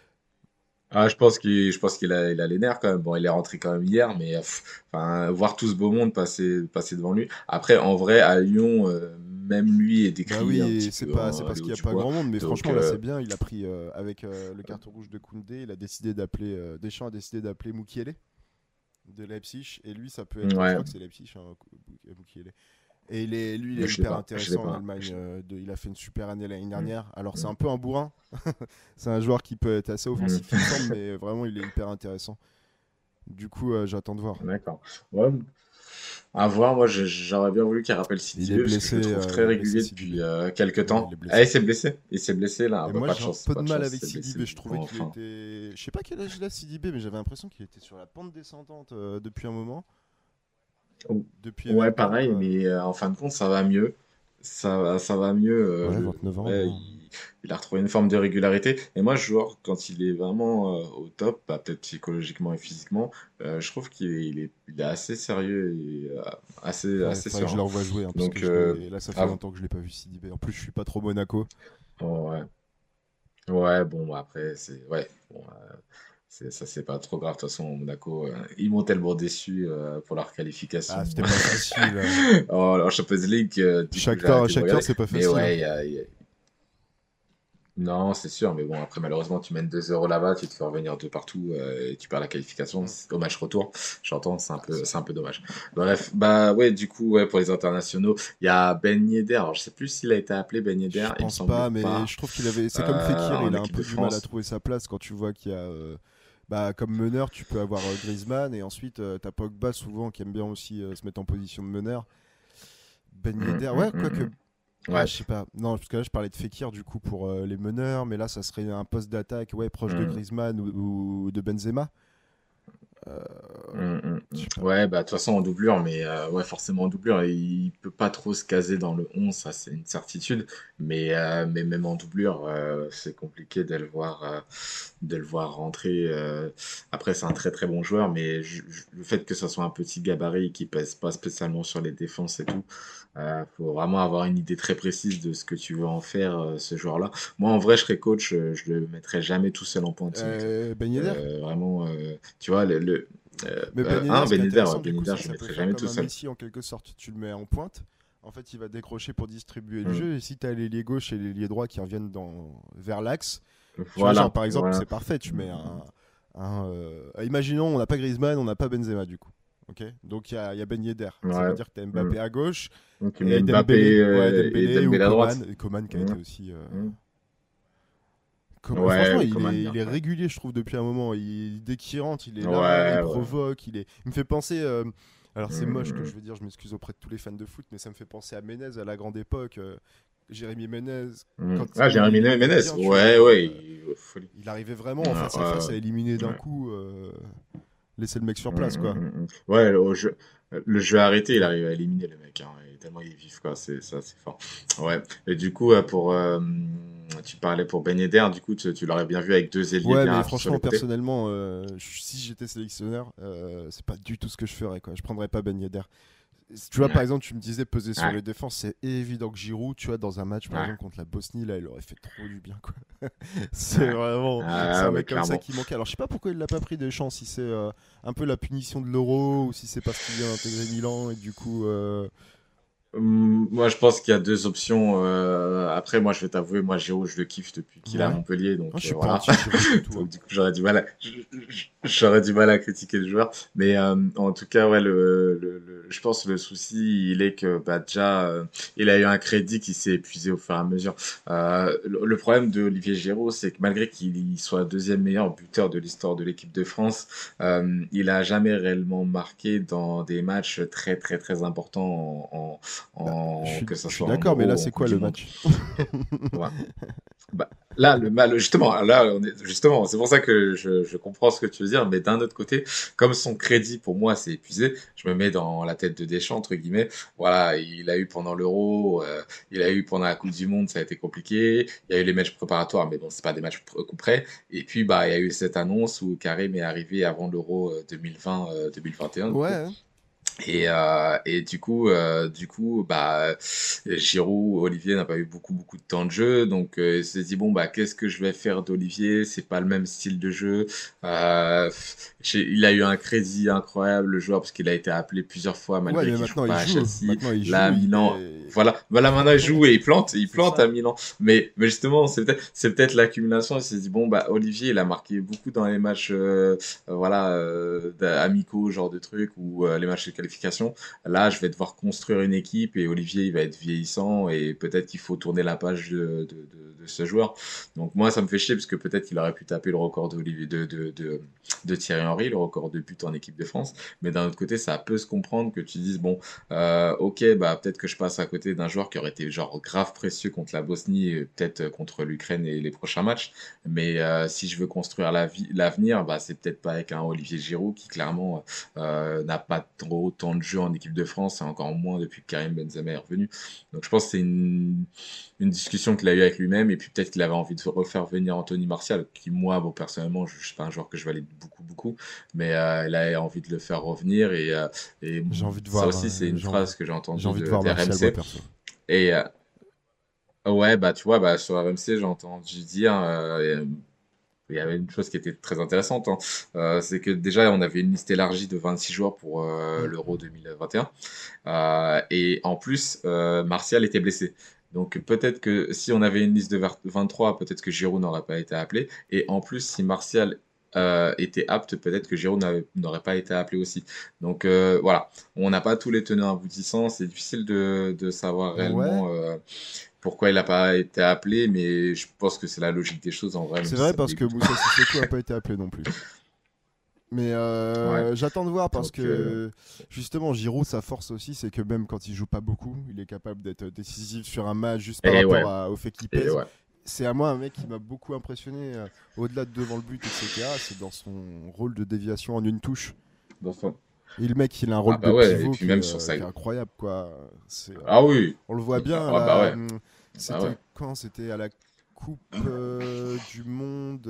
je pense qu'il a les nerfs quand même. Bon, il est rentré quand même hier, mais enfin, voir tout ce beau monde passer devant lui. Après, en vrai, à Lyon, même lui est Bah décrié un oui, petit c'est peu pas, hein, c'est à parce qu'il l'eau n'y a du pas bois. grand monde, mais Donc, franchement, là, c'est bien. Il a pris, avec le carton rouge de Koundé, il a décidé d'appeler. Deschamps a décidé d'appeler Mukiele de Leipzig, et lui, ça peut être. Je ouais, crois que c'est Leipzig, hein, Mukiele. Et lui, il mais est je sais hyper pas, je sais intéressant en pas. Allemagne. Il a fait une super année l'année Mm, dernière. Alors, c'est mm, un peu un bourrin. C'est un joueur qui peut être assez mm. offensif, il me semble, mais vraiment, il est hyper intéressant. Du coup, j'attends de voir. D'accord. Ouais, à voir, moi j'aurais bien voulu qu'il rappelle Il est Sidibé parce que je blessé, le trouve très régulier depuis Sidibé. quelques Ouais, il temps. est Ah, blessé. il s'est blessé là, ah, Et bah, moi, j'ai un peu pas de de mal chance, il avec s'est blessé Sidibé. Je du coup trouvais qu'il enfin. était. Je sais pas quel âge il a, Sidibé, mais j'avais l'impression qu'il était sur la pente descendante depuis un moment. depuis Ouais, Everton, pareil, quoi. mais en fin de compte, ça va mieux. Ça va mieux. Ouais, 29 ans, Ouais, bon. il a retrouvé une forme de régularité. Et moi, ce joueur, quand il est vraiment au top, bah, peut-être psychologiquement et physiquement, je trouve qu'il est assez sérieux et assez Faudrait que je le serein. revoie jouer, hein, parce que Donc, là, ça fait ah, longtemps que je l'ai pas vu Sidibé. En plus, je suis pas trop Monaco. ouais, ouais, bon, après, ouais, bon, ça, c'est pas trop grave. De toute façon, Monaco, ils m'ont tellement déçu pour leur Ah, qualification. c'était pas facile. En Champions League, du coup, j'ai Shakhtar, arrêté de Shakhtar, regarder. c'est pas Mais facile, hein. ouais, non, c'est sûr, mais bon, après, malheureusement, tu mènes 2-0 là-bas, tu te fais revenir de partout et tu perds la qualification. Mm. Au match retour, j'entends, Ah, c'est un peu dommage. Bref, bah ouais, du coup, ouais, pour les internationaux, il y a Ben Yedder. Alors, je sais plus s'il a été appelé Ben Yedder, je il me pense semble pas, mais pas, je trouve qu'il avait. C'est comme Fekir, il en a un équipe de peu du mal à France. trouver sa place quand tu vois qu'il y a. Bah, comme meneur, tu peux avoir Griezmann et ensuite t'as Pogba souvent qui aime bien aussi se mettre en position de meneur. Ben Hum, Yedder, hum, ouais, hum, quoique. hum. Ah, Ouais. je sais pas. Non, parce que là, je parlais de Fekir du coup pour les meneurs, mais là, ça serait un poste d'attaque, ouais, proche de Hum. Griezmann ou de Benzema. Euh, je sais pas. Ouais, bah de toute façon en doublure, mais ouais, forcément en doublure, il peut pas trop se caser dans le 11, ça c'est une certitude. Mais même en doublure, c'est compliqué de le voir rentrer. Après, c'est un très très bon joueur, mais le fait que ça soit un petit gabarit qui pèse pas spécialement sur les défenses et tout, faut vraiment avoir une idée très précise de ce que tu veux en faire, ce joueur-là. Moi, en vrai, je serais coach, je le mettrais jamais tout seul en pointing, tu vois. Ben Yedder. Vraiment, tu vois, Mais Ben Yedder, un ce qui est intéressant, Ben du coup, Yedder, c'est que je le ça peut mettrais faire jamais comme tout un seul. Messi en quelque sorte. Tu le mets en pointe. En fait, il va décrocher pour distribuer le Mm. jeu. Et si tu as l'ailier gauche et l'ailier droit qui reviennent vers l'axe, tu vois, genre Voilà, par exemple, voilà. c'est parfait. Tu Mm, mets mm, imaginons, on n'a pas Griezmann, on n'a pas Benzema, du coup. Ok. Donc il y a Ben Yedder. mm. Ça veut Ouais. dire que tu as Mm. Mbappé à gauche Donc tu mets et Mbappé Dembélé. Ouais, et Dembélé ou Dembélé à Coman. droite. Et Coman qui a Mm, été aussi. mm. Franchement, Ouais, Coman il bien. est Ouais, régulier, je trouve, depuis un moment. Dès qu'il rentre, il est là, il ouais, ouais. provoque. Il me fait penser. Alors, c'est Mm, moche que je mm, veux dire, je m'excuse auprès de tous les fans de foot, mais ça me fait penser à Menez à la grande époque. Jérémy Menez, mm. quand Ah, il Jérémy éliminait Ménez. bien, tu vois. Ouais, ouais, folie. Il arrivait vraiment Ouais, en face à face à éliminer d'un ouais. coup, laisser le mec sur place, quoi. Ouais, le jeu arrêté, il arrive à éliminer le mec, hein, et tellement il est vif, quoi. C'est ça, c'est fort. Ouais. Et du coup, tu parlais pour Ben Yedder, du coup, tu l'aurais bien vu avec deux ailiers Ouais, bien mais rapides sur franchement, les côtés. personnellement, si j'étais sélectionneur, c'est pas du tout ce que je ferais, quoi. Je prendrais pas Ben Yedder. Tu vois, par Ouais, exemple, tu me disais peser sur ouais, les défenses, c'est évident que Giroud, tu vois, dans un match, par ouais. exemple, contre la Bosnie, là, il aurait fait trop du bien, quoi. C'est Ouais. vraiment, c'est Ah un ouais, mec comme ça clairement. qui manquait. Alors, je sais pas pourquoi il l'a pas pris des chances, si c'est un peu la punition de l'Euro, ou si c'est parce qu'il vient d'intégrer Milan, et du coup, Moi, je pense qu'il y a deux options. Après, moi, je vais t'avouer, moi, Giroud, je le kiffe depuis qu'il est à ouais. Montpellier, Moi, donc je suis pas voilà. anti-Giroud du tout, hein. Donc, du coup, j'aurais du mal à critiquer le joueur. Mais en tout cas, ouais, je pense que le souci, il est que bah, déjà, il a eu un crédit qui s'est épuisé au fur et à mesure. Le problème de Olivier Giroud, c'est que malgré qu'il soit deuxième meilleur buteur de l'histoire de l'équipe de France, il a jamais réellement marqué dans des matchs très, très, très importants Bah, que ça je suis soit en d'accord, mais Euro là, ou en c'est Coupe quoi du le Monde. match? Ouais. Bah, là, le mal, justement, là, justement, c'est pour ça que je comprends ce que tu veux dire, mais d'un autre côté, comme son crédit pour moi s'est épuisé, je me mets dans la tête de Deschamps, entre guillemets. Voilà, il a eu pendant l'Euro, il a eu pendant la Coupe du Monde, ça a été compliqué. Il y a eu les matchs préparatoires, mais bon, c'est pas des matchs coup près. Et puis, bah, il y a eu cette annonce où Karim est arrivé avant l'Euro 2020, 2021, du coup. Ouais, Et du coup, bah, Giroud, Olivier n'a pas eu beaucoup de temps de jeu, donc il s'est dit bon bah qu'est-ce que je vais faire d'Olivier? C'est pas le même style de jeu. Euh, il a eu un crédit incroyable le joueur parce qu'il a été appelé plusieurs fois ouais, malgré mais qu'il joue maintenant il pas à joue. Chelsea. Maintenant il Là, à joue, il Milan, est. voilà, voilà maintenant il joue et il C'est plante à ça. Milan. Mais justement c'est peut-être l'accumulation. Il s'est dit bon bah Olivier il a marqué beaucoup dans les matchs voilà amicaux genre de trucs ou les matchs de qualification. Là, je vais devoir construire une équipe et Olivier, il va être vieillissant et peut-être qu'il faut tourner la page de ce joueur. Donc moi, ça me fait chier parce que peut-être qu'il aurait pu taper le record de Thierry Henry, le record de buts en équipe de France. Mais d'un autre côté, ça peut se comprendre que tu dises, bon, ok, bah peut-être que je passe à côté d'un joueur qui aurait été genre grave précieux contre la Bosnie, et peut-être contre l'Ukraine et les prochains matchs. Mais si je veux construire l'avenir, bah c'est peut-être pas avec un Olivier Giroud qui clairement n'a pas trop autant de jeux en équipe de France et encore moins depuis que Karim Benzema est revenu. Donc je pense que c'est une discussion qu'il a eue avec lui-même et puis peut-être qu'il avait envie de refaire venir Anthony Martial, qui moi, bon, personnellement, je suis pas un joueur que je valide beaucoup, beaucoup, mais il a envie de le faire revenir et J'ai envie de ça voir, aussi, c'est une phrase que j'ai j'ai entendue envie de voir des Martial, moi, RMC. perso. Et ouais, bah tu vois, bah, sur RMC, j'ai entendu dire, il y avait une chose qui était très intéressante, hein. C'est que déjà, on avait une liste élargie de 26 joueurs pour Mm. l'Euro 2021. Et en plus, Martial était blessé. Donc peut-être que si on avait une liste de 23, peut-être que Giroud n'aurait pas été appelé. Et en plus, si Martial était apte, peut-être que Giroud n'aurait pas été appelé aussi. Donc voilà, on n'a pas tous les tenants aboutissants. C'est difficile de savoir Ouais, réellement pourquoi il n'a pas été appelé, mais je pense que c'est la logique des choses en vrai, même c'est si vrai ça me parce que dégoûte. Moussa Sissoko a pas été appelé non plus. Mais Ouais. j'attends de voir parce Donc que justement Giroud sa force aussi c'est que même quand il joue pas beaucoup il est capable d'être décisif sur un match juste par et rapport ouais, au fait qu'il et pèse. ouais. C'est à moi un mec qui m'a beaucoup impressionné au-delà de devant le but etc. C'est dans son rôle de déviation en une touche. Dans son- Et le mec il a un Ah rôle de bah ouais, et pivot puis même sur sa... qui est incroyable quoi. C'est, Ah oui, on le voit bien ah bah là. ouais, bah C'était ouais. quand c'était à la Coupe du Monde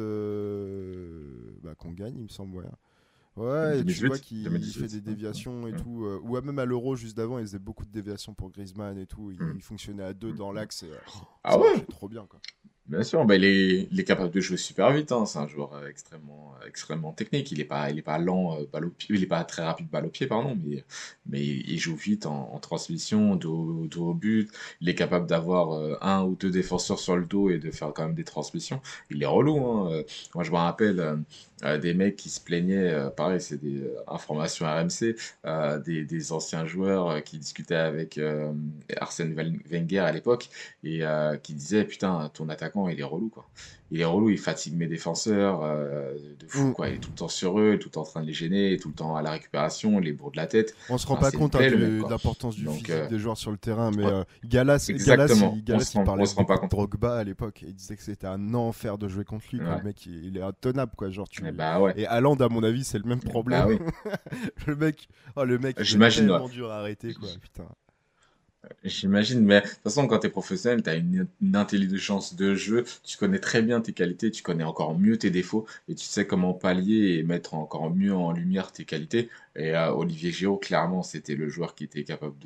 bah, qu'on gagne il me semble ouais. Ouais, et tu vois 2018, qu'il fait 2018. des déviations et Mm. tout. Ou même à l'Euro juste d'avant, il faisait beaucoup de déviations pour Griezmann et tout. Mm. Il fonctionnait à deux dans l'axe et Ah ça ouais, marchait trop bien quoi. bien sûr, bah, il est capable de jouer super vite, hein. C'est un joueur extrêmement technique. Il est pas lent, balle au pied, il est pas très rapide balle au pied, pardon, mais il joue vite en transmission, dos au but. Il est capable d'avoir un ou deux défenseurs sur le dos et de faire quand même des transmissions. Il est relou, hein. Moi, je me rappelle des mecs qui se plaignaient, pareil, c'est des informations RMC, des anciens joueurs qui discutaient avec Arsène Wenger à l'époque et qui disait putain ton attaquant il est relou quoi. Il est relou, il fatigue mes défenseurs de fou Mm. quoi. Il est tout le temps sur eux, il est tout le temps en train de les gêner, il est tout le temps à la récupération, les bourres de la tête. On se rend Enfin pas c'est une compte hein, plaie le mec de quoi. l'importance du Donc physique des joueurs sur le terrain, mais ouais, Galas, exactement, il on parlait se rend pas beaucoup de compte. Drogba à l'époque. Et il disait que c'était un enfer de jouer contre lui. Quoi. Le Ouais. mec, il est intenable. Quoi. Et bah ouais, Et Haaland, à mon avis, c'est le même problème. bah oui. Le mec, il est J'imagine ouais. tellement dur à arrêter. Quoi. Putain. J'imagine, mais de toute façon, quand tu es professionnel, tu as une intelligence de jeu, tu connais très bien tes qualités, tu connais encore mieux tes défauts, et tu sais comment pallier et mettre encore mieux en lumière tes qualités. Et Olivier Giroud, clairement, c'était le joueur qui était capable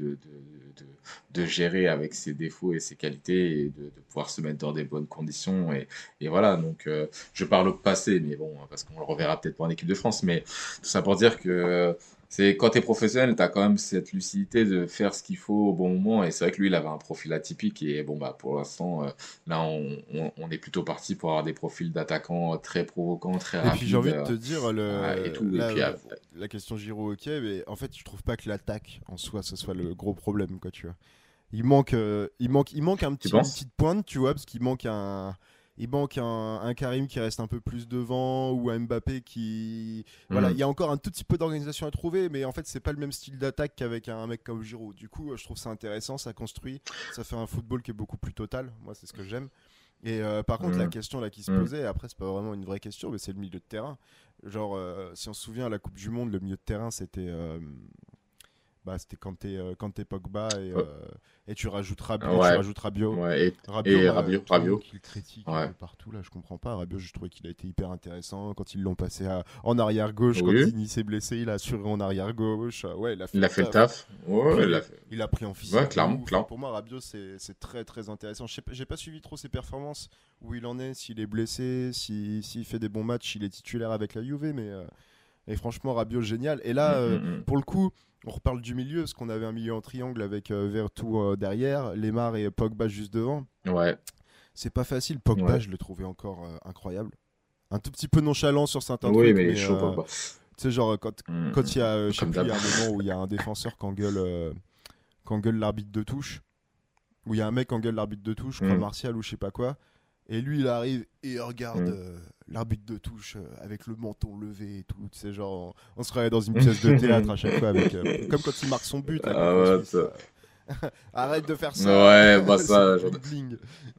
de gérer avec ses défauts et ses qualités et de pouvoir se mettre dans des bonnes conditions. Et voilà, donc je parle au passé, mais bon, parce qu'on le reverra peut-être pas en équipe de France, mais tout ça pour dire que c'est quand t'es professionnel, t'as quand même cette lucidité de faire ce qu'il faut au bon moment. Et c'est vrai que lui, il avait un profil atypique. Et bon, bah, pour l'instant, là, on est plutôt parti pour avoir des profils d'attaquants très provocants, très Et puis j'ai rapides envie de te dire, et tout. Et là, puis, la question Giroud, ok, mais en fait, je trouve pas que l'attaque en soi, ce soit le gros problème, quoi, tu vois. Il manque tu une penses? petite pointe, tu vois, parce il manque un Karim qui reste un peu plus devant ou un Mbappé qui, voilà, il Hmm. y a encore un tout petit peu d'organisation à trouver, mais en fait, c'est pas le même style d'attaque qu'avec un mec comme Giroud. Du coup, je trouve ça intéressant, ça construit, ça fait un football qui est beaucoup plus total. Moi, c'est ce que j'aime. Et par contre, la Hmm. question là qui se Hmm. posait, après, c'est pas vraiment une vraie question, mais c'est le milieu de terrain. Genre, si on se souvient à la Coupe du Monde, le milieu de terrain, c'était quand t'es Pogba et tu Ouais, rajoutes Rabiot. ouais. Rabiot, Et moi, tout le monde Rabiot. qui le critique un Ouais. peu partout, là, je comprends pas. Rabiot, je trouvais qu'il a été hyper intéressant. Quand ils l'ont passé en arrière-gauche, quand Oui, Dini s'est blessé, il a assuré en arrière-gauche. Ouais, il a fait il a le fait le taf. taf. Ouais, il Puis a fait. il a pris en Ouais, physique de clairement, ouf. Enfin, clairement. pour moi, Rabiot, c'est très très intéressant. J'ai pas suivi trop ses performances, où il en est, s'il est blessé, s'il fait des bons matchs, il est titulaire avec la Juve, mais et franchement, Rabiot, génial. Et là, Hmm, hmm, hmm. pour le coup, on reparle du milieu, parce qu'on avait un milieu en triangle avec Vertu derrière, Lemar et Pogba juste devant. Ouais, C'est pas facile. Pogba, ouais. je le trouvais encore incroyable. Un tout petit peu nonchalant sur certains Oui, trucs, mais il est mais chaud, Pogba. tu sais, genre, quand, Hmm, quand il y a, je sais comme plus, il d'hab. y a un moment où il y a un défenseur qui engueule l'arbitre de touche, où il y a un mec qui engueule l'arbitre de touche, je crois Hmm, Martial ou je sais pas quoi, et lui il arrive et il regarde hmm. l'arbitre de touche avec le menton levé et tout, tu sais, genre, on se croirait dans une pièce de théâtre à chaque fois, comme quand il marque son but là, contre Ah la ouais, Suisse. Là. Arrête de faire ça. Ouais, bah C'est du ça, bling bling.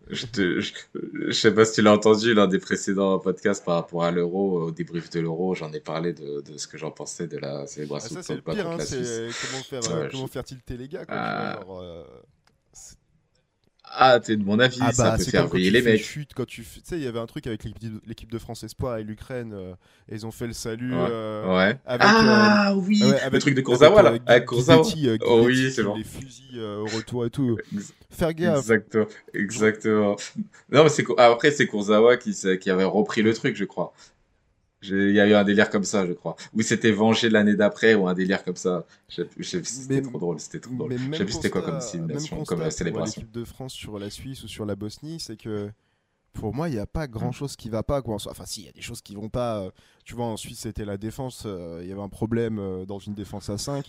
je sais pas si tu l'as entendu, l'un des précédents podcasts par rapport à l'Euro, au débrief de l'Euro, j'en ai parlé de ce que j'en pensais de la Ah, célébration de ça, c'est le Pogba pire, contre hein, la Suisse. c'est Ouais, comment faire tilter les gars, quoi, tu vois, Ah, genre. C'est- ah, t'es de mon Ah avis, ça bah, peut c'est comme faire quand vriller tu les fais mecs. chute, tu sais, il y avait un truc avec l'équipe de France Espoir et l'Ukraine, et ils ont fait le salut Ouais, ouais. avec, Ah oui, ouais, le truc de avec Kurzawa là, avec Kurzawa. Oh Guidetti oui, c'est qui bon. les fusille au retour et tout. Ex- Faire gaffe. Exactement, Je- exactement. Non, mais après c'est Kurzawa qui avait repris le Mm. truc, je crois. Il y a eu un délire comme ça, je crois. Ou c'était Vengé l'année d'après, ou un délire comme ça. Mais, C'était trop drôle, c'était trop drôle. mais Je sais plus c'était quoi comme même simulation, comme constat pour célébration. l'équipe de France sur la Suisse ou sur la Bosnie, c'est que pour moi, il n'y a pas Hmm. grand-chose qui va pas, quoi. Enfin, si, il y a des choses qui vont pas. Tu vois, en Suisse, c'était la défense. Il y avait un problème dans une défense à 5.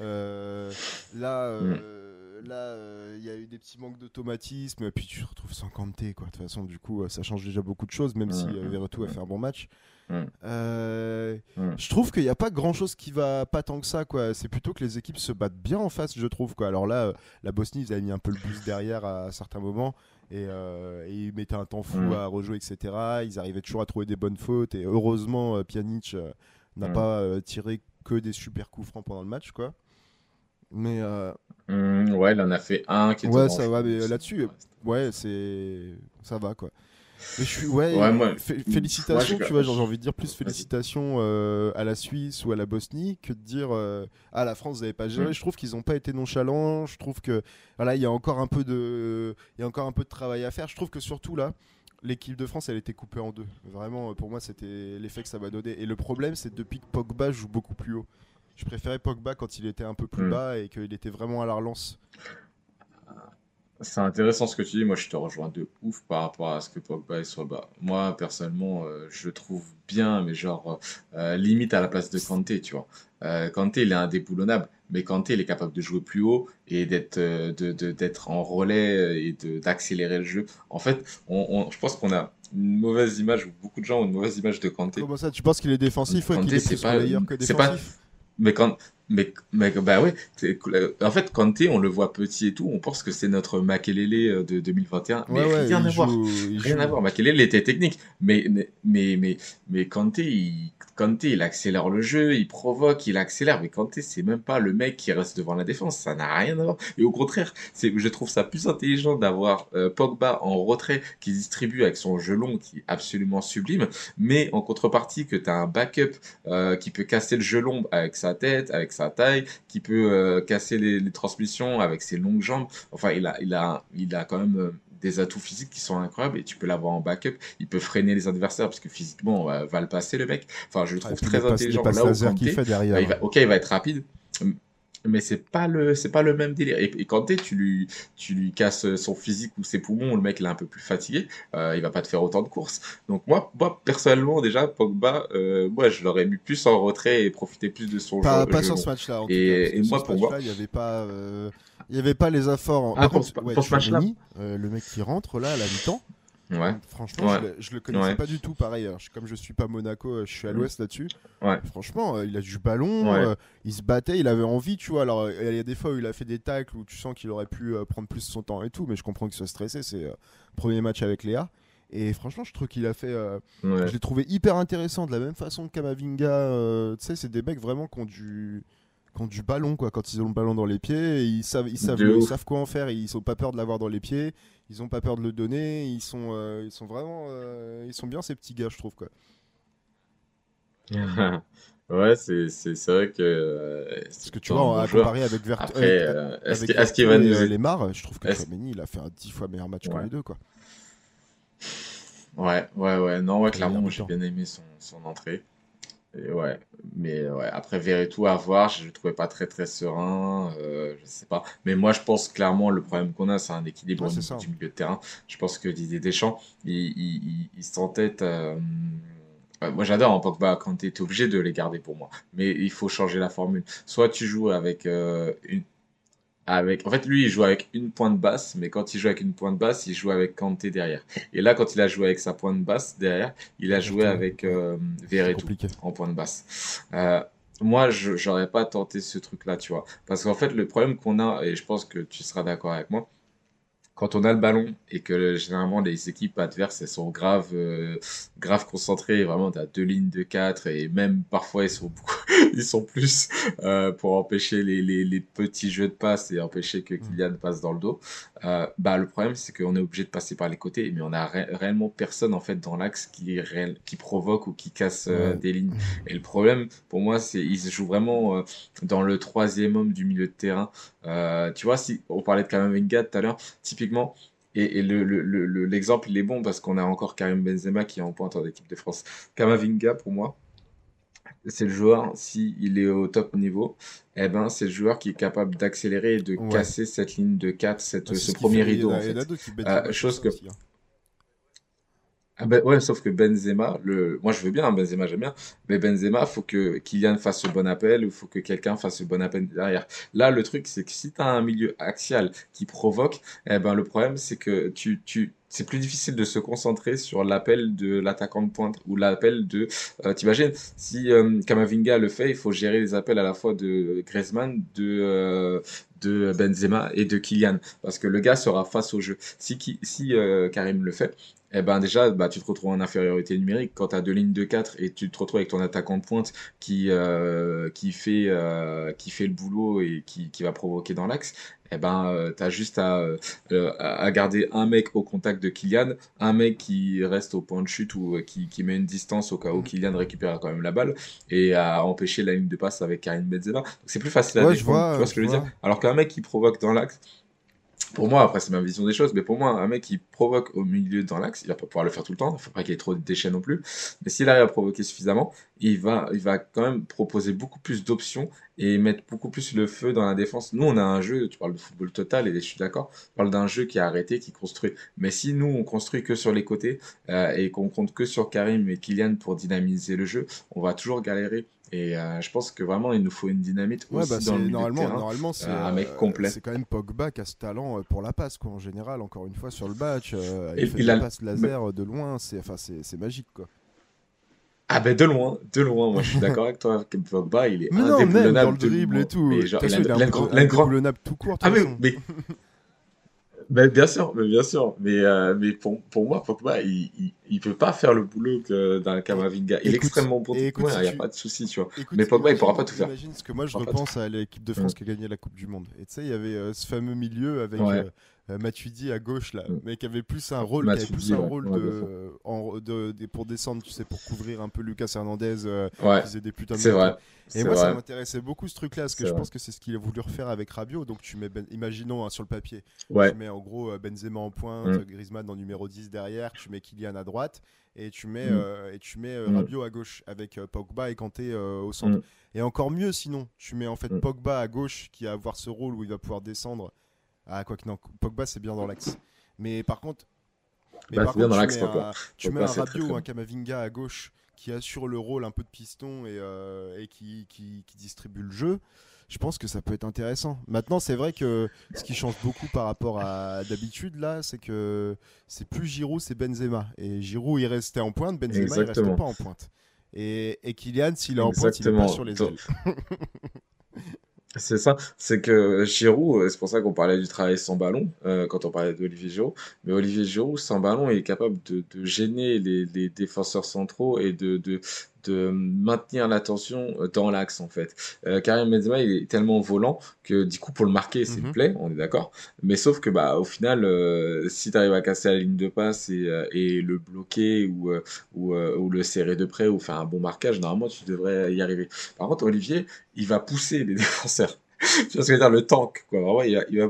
Là, Hmm. il y a eu des petits manques d'automatisme. Puis tu retrouves sans Kanté, quoi. De toute façon, du coup, ça change déjà beaucoup de choses, même si Hmm, hmm, Verretou a fait un bon match. hmm, hmm, Je trouve qu'il n'y a pas grand-chose qui va pas tant que ça, quoi. C'est plutôt que les équipes se battent bien en face, je trouve, quoi. Alors là, la Bosnie, ils avaient mis un peu le boost derrière à certains moments. Et ils mettaient un temps fou hmm, à rejouer, etc. Ils arrivaient toujours à trouver des bonnes fautes. Et heureusement, Pjanic n'a hmm, pas tiré que des super coups francs pendant le match, quoi. Mais Ouais, il en a fait un qui était ouais, ça dangereux, va. mais Mais sinon, là-dessus, le reste. ouais, ça va, quoi. Mais je suis, ouais, Ouais, moi, félicitations, tu vois, genre, j'ai envie de dire plus vas-y. félicitations à la Suisse ou à la Bosnie que de dire ah, la France, vous n'avez pas géré. Hmm, Je trouve qu'ils n'ont pas été nonchalants. Je trouve que voilà, il y a encore un peu de travail à faire. Je trouve que surtout là, l'équipe de France, elle était coupée en deux. Vraiment, pour moi, c'était l'effet que ça m'a donné. Et le problème, c'est depuis que Pogba joue beaucoup plus haut. Je préférais Pogba quand il était un peu plus hmm. bas et qu'il était vraiment à la relance. C'est intéressant ce que tu dis. Moi, je te rejoins de ouf par rapport à ce que Pogba soit bas. Moi, personnellement, je le trouve bien, mais genre limite à la place de Kanté, tu vois. Kanté, il est indéboulonnable, mais Kanté, il est capable de jouer plus haut et d'être en relais et d'accélérer le jeu. En fait, je pense qu'on a une mauvaise image, ou beaucoup de gens ont une mauvaise image de Kanté. Comment ça, tu penses qu'il est défensif ou qu'il Kanté, est plus relayeur que c'est pas, défensif? mais quand, mais bah ouais, en fait, Kanté, on le voit petit et tout, on pense que c'est notre Makelele de 2021, mais Ouais, ouais, rien à voir. il Rien à joue. voir. Makelele était technique, mais Kanté, il accélère le jeu, il provoque, il accélère. Mais Kanté, c'est même pas le mec qui reste devant la défense, ça n'a rien à voir. Et au contraire, je trouve ça plus intelligent d'avoir Pogba en retrait qui distribue avec son jeu long qui est absolument sublime, mais en contrepartie que tu as un backup qui peut casser le jeu long avec sa tête, avec sa taille, qui peut casser les transmissions avec ses longues jambes. Enfin, il a quand même des atouts physiques qui sont incroyables et tu peux l'avoir en backup. Il peut freiner les adversaires parce que physiquement, va le passer le mec. Enfin, je le Ah, et trouve puis très les intelligent. passes Là où laser qu'il Kanté, fait derrière. ok, il va être rapide. Mais c'est pas le même délire. Et Kanté, tu lui casses son physique ou ses poumons, le mec il est un peu plus fatigué, il va pas te faire autant de courses. Donc moi personnellement déjà Pogba, moi je l'aurais mis plus en retrait et profiter plus de son Pas jeu sur long. ce match-là, en tout cas, parce Et que sur moi ce pour moi, match-là, il y avait pas les efforts. ah Par contre, ouais, pour ce match-là, Tchouaméni, le mec qui rentre là à la mi-temps, ouais, franchement, ouais, je le connaissais ouais, pas du tout. Pareil, alors, comme je suis pas Monaco, je suis à mm, l'ouest là-dessus. ouais, Franchement, il a du ballon, ouais, il se battait, il avait envie, tu vois. Alors, il y a des fois où il a fait des tacles où tu sens qu'il aurait pu prendre plus son temps et tout, mais je comprends qu'il soit stressé. C'est premier match avec Léa. Et franchement, je trouve qu'il a fait. Je ouais, l'ai trouvé hyper intéressant, de la même façon que Kamavinga. Tu sais, c'est des mecs vraiment qui ont du ballon, quoi. Quand ils ont le ballon dans les pieds, de ils ouf. savent quoi en faire. Ils ont pas peur de l'avoir dans les pieds. Ils ont pas peur de le donner. Ils sont vraiment. Ils sont bien ces petits gars, je trouve, quoi. Ouais, c'est vrai que Parce que tu c'est un vois, bon à joueur. comparer Après, avec est-ce qu'il Verto va et nous... Lemar, je trouve que est-ce- Tchouaméni, il a fait un 10 fois meilleur match que Ouais. les deux, quoi. Ouais. Non, ouais, Première clairement, moi, j'ai mi-temps. bien aimé son entrée. Et ouais, mais ouais, après Verretou à voir, je le trouvais pas très très serein, je sais pas. Mais moi je pense clairement le problème qu'on a, c'est un équilibre Ouais, au c'est niveau ça. du milieu de terrain. Je pense que Didier Deschamps, il s'entête. Ouais, moi j'adore en Pogba, quand tu es obligé de les garder pour moi. Mais il faut changer la formule. Soit tu joues avec en fait, lui, il joue avec une pointe basse, mais quand il joue avec une pointe basse, il joue avec Kanté derrière. Et là, quand il a joué avec sa pointe basse derrière, il a joué Verto, avec ouais, c'est Verretou compliqué. en pointe basse. Euh, moi, j'aurais pas tenté ce truc-là, tu vois. Parce qu'en fait, le problème qu'on a, et je pense que tu seras d'accord avec moi, quand on a le ballon et que généralement les équipes adverses elles sont grave concentrées, vraiment t'as deux lignes de quatre et même parfois ils sont ils sont plus pour empêcher les petits jeux de passe et empêcher que Mm. Kylian passe dans le dos. Bah le problème c'est qu'on est obligé de passer par les côtés mais on a réellement personne en fait dans l'axe qui provoque ou qui casse Ouais. des lignes. Et le problème pour moi c'est ils se jouent vraiment dans le troisième homme du milieu de terrain. Tu vois si on parlait de Kamavinga tout à l'heure. Typiquement, et l'exemple, il est bon parce qu'on a encore Karim Benzema qui est en pointe en équipe de France. Kamavinga, pour moi, c'est le joueur, si il est au top niveau, eh ben, c'est le joueur qui est capable d'accélérer et de Ouais. casser cette ligne de 4 Bah, c'est ce ce qu'il premier fait. rideau, en Il y en a fait. d'autres qui Benzema fait Chose ça que aussi, hein. ah ben ouais, sauf que Benzema, moi je veux bien, hein, Benzema j'aime bien, mais Benzema, faut que Kylian fasse le bon appel ou faut que quelqu'un fasse le bon appel derrière. Là, le truc, c'est que si tu as un milieu axial qui provoque, eh ben le problème, c'est que c'est plus difficile de se concentrer sur l'appel de l'attaquant de pointe ou l'appel de. T'imagines, si Kamavinga le fait, il faut gérer les appels à la fois de Griezmann, de Benzema et de Kylian, parce que le gars sera face au jeu. Si Karim le fait, eh ben déjà, bah, tu te retrouves en infériorité numérique quand tu as deux lignes de 4 et tu te retrouves avec ton attaquant de pointe qui fait le boulot et qui va provoquer dans l'axe. Eh ben, tu as juste à garder un mec au contact de Kylian, un mec qui reste au point de chute ou qui met une distance au cas où Mm. Kylian récupère quand même la balle et à empêcher la ligne de passe avec Karim Benzema. Donc c'est plus facile à Ouais, je défendre, tu vois, vois ce je que je veux dire? vois. Alors qu'un mec qui provoque dans l'axe, pour moi, après, c'est ma vision des choses, mais pour moi, un mec qui provoque au milieu dans l'axe, il va pas pouvoir le faire tout le temps, il faut pas qu'il y ait trop de déchets non plus. Mais s'il arrive à provoquer suffisamment, il va quand même proposer beaucoup plus d'options et mettre beaucoup plus le feu dans la défense. Nous, on a un jeu, tu parles de football total et je suis d'accord, on parle d'un jeu qui est arrêté, qui construit. Mais si nous, on construit que sur les côtés et qu'on compte que sur Karim et Kylian pour dynamiser le jeu, on va toujours galérer. Et je pense que vraiment, il nous faut une dynamite Ouais, bah aussi dans le c'est milieu de terrain, normalement un mec complet. c'est quand même Pogba qui a ce talent pour la passe quoi en général. Encore une fois sur le match, il fait Il des a, passes laser de loin, c'est magique quoi. Ah ben de loin, moi je suis d'accord avec toi, que Pogba, il est Mais non, même dans le indéboulonnable de dribble et loin. tout. De Mais toute genre, façon, il est il a une grande... indéboulonnable tout court de Ah toute façon. mais bien sûr, mais pour moi, Pogba, il peut pas faire le boulot que d'un Et Camavinga. Il est écoute, extrêmement bon et écoute techniquement, si il n'y a tu pas de souci, tu vois. Mais écoute, Pogba, il pourra pas tout faire. imagine ce que moi Il je pourra pas tout repense faire. à l'équipe de Mm. France qui a gagné la Coupe du Monde. Et tu sais, il y avait ce fameux milieu avec Ouais, Matuidi à gauche là, mm. mais qui avait plus un rôle, Matuidi, ouais, ouais, bien sûr. pour descendre, tu sais, pour couvrir un peu Lucas Hernandez Ouais, qui faisait des putains de c'est contrôles. vrai, Et c'est moi, ça vrai, m'intéressait beaucoup ce truc-là, parce que c'est je vrai. pense que c'est ce qu'il a voulu refaire avec Rabiot. Donc tu mets, imaginons hein, sur le papier, tu Ouais, mets en gros Benzema en pointe, mm, Griezmann en numéro 10 derrière, tu mets Kylian à droite, mm, et tu mets mm, Rabiot à gauche avec Pogba et Kanté au centre. mm, Et encore mieux sinon, tu mets en fait mm. Pogba à gauche qui va avoir ce rôle où il va pouvoir descendre. Ah quoi que non, Pogba c'est bien dans l'axe. Mais par contre, Bah, c'est bien dans tu l'axe, mets Pogba. tu mets Pogba, un c'est très Rabiot très ou un bon. Kamavinga à gauche qui assure le rôle un peu de piston et qui distribue le jeu. Je pense que ça peut être intéressant. Maintenant, c'est vrai que ce qui change beaucoup par rapport à d'habitude là, c'est que c'est plus Giroud, c'est Benzema. Et Giroud, il restait en pointe, Benzema, il restait pas Exactement, en pointe. Et Kylian, s'il est en pointe, il est pas sur exactement. les ailes. C'est ça, c'est que Giroud, c'est pour ça qu'on parlait du travail sans ballon, quand on parlait d'Olivier Giroud, mais Olivier Giroud, sans ballon, il est capable de gêner les défenseurs centraux et de maintenir l'attention dans l'axe, en fait. Karim Benzema, il est tellement volant que, du coup, pour le marquer, c'est une Mhm. plaie, on est d'accord, mais sauf que, bah, au final, si tu arrives à casser la ligne de passe et le bloquer ou le serrer de près ou faire un bon marquage, normalement, tu devrais y arriver. Par contre, Olivier, il va pousser les défenseurs. Tu vois ce que je veux dire, le tank, quoi. Vraiment,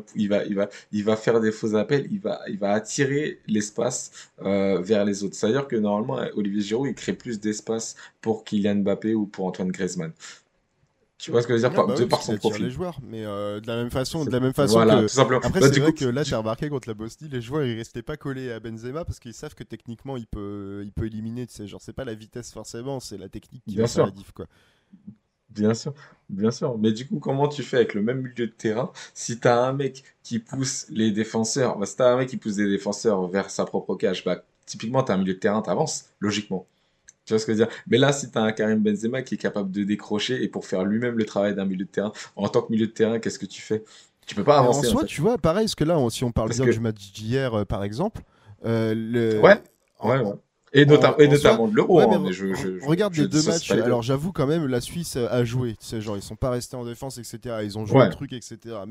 il va faire des faux appels, il va attirer l'espace vers les autres. C'est-à-dire que normalement, Olivier Giroud, il crée plus d'espace pour Kylian Mbappé ou pour Antoine Griezmann. Tu vois ce que je veux dire Ah bah de oui, parce par qu'il son attire les profil. joueurs. Mais de C'est- la même façon Voilà, que. tout simplement. Après, Bah, c'est du vrai coup, que là, t'as remarqué contre la Bosnie, les joueurs ils restaient pas collés à Benzema parce qu'ils savent que techniquement il peut éliminer. Tu sais, genre c'est pas la vitesse forcément, c'est la technique qui va bien faire la sûr, diff quoi. bien sûr, bien sûr. Mais du coup, comment tu fais avec le même milieu de terrain si t'as un mec qui pousse les défenseurs, bah, si t'as un mec qui pousse des défenseurs vers sa propre cage, bah, typiquement, t'as un milieu de terrain, t'avances, logiquement. Tu vois ce que je veux dire? Mais là, si tu as un Karim Benzema qui est capable de décrocher et pour faire lui-même le travail d'un milieu de terrain, en tant que milieu de terrain, qu'est-ce que tu fais? Tu peux pas Mais en avancer en soi, fait. tu vois, pareil, parce que là, si on parle Parce bien du que, match d'hier, par exemple, ouais, en, ouais, ouais. en- et en soi, Notamment de l'euro, ouais, mais hein, mais regarde je les deux dissocie matchs. pas les deux. Alors, j'avoue quand même, la Suisse a joué. Tu sais, genre, ils sont pas restés en défense, etc. Ils ont joué le Ouais, truc, etc.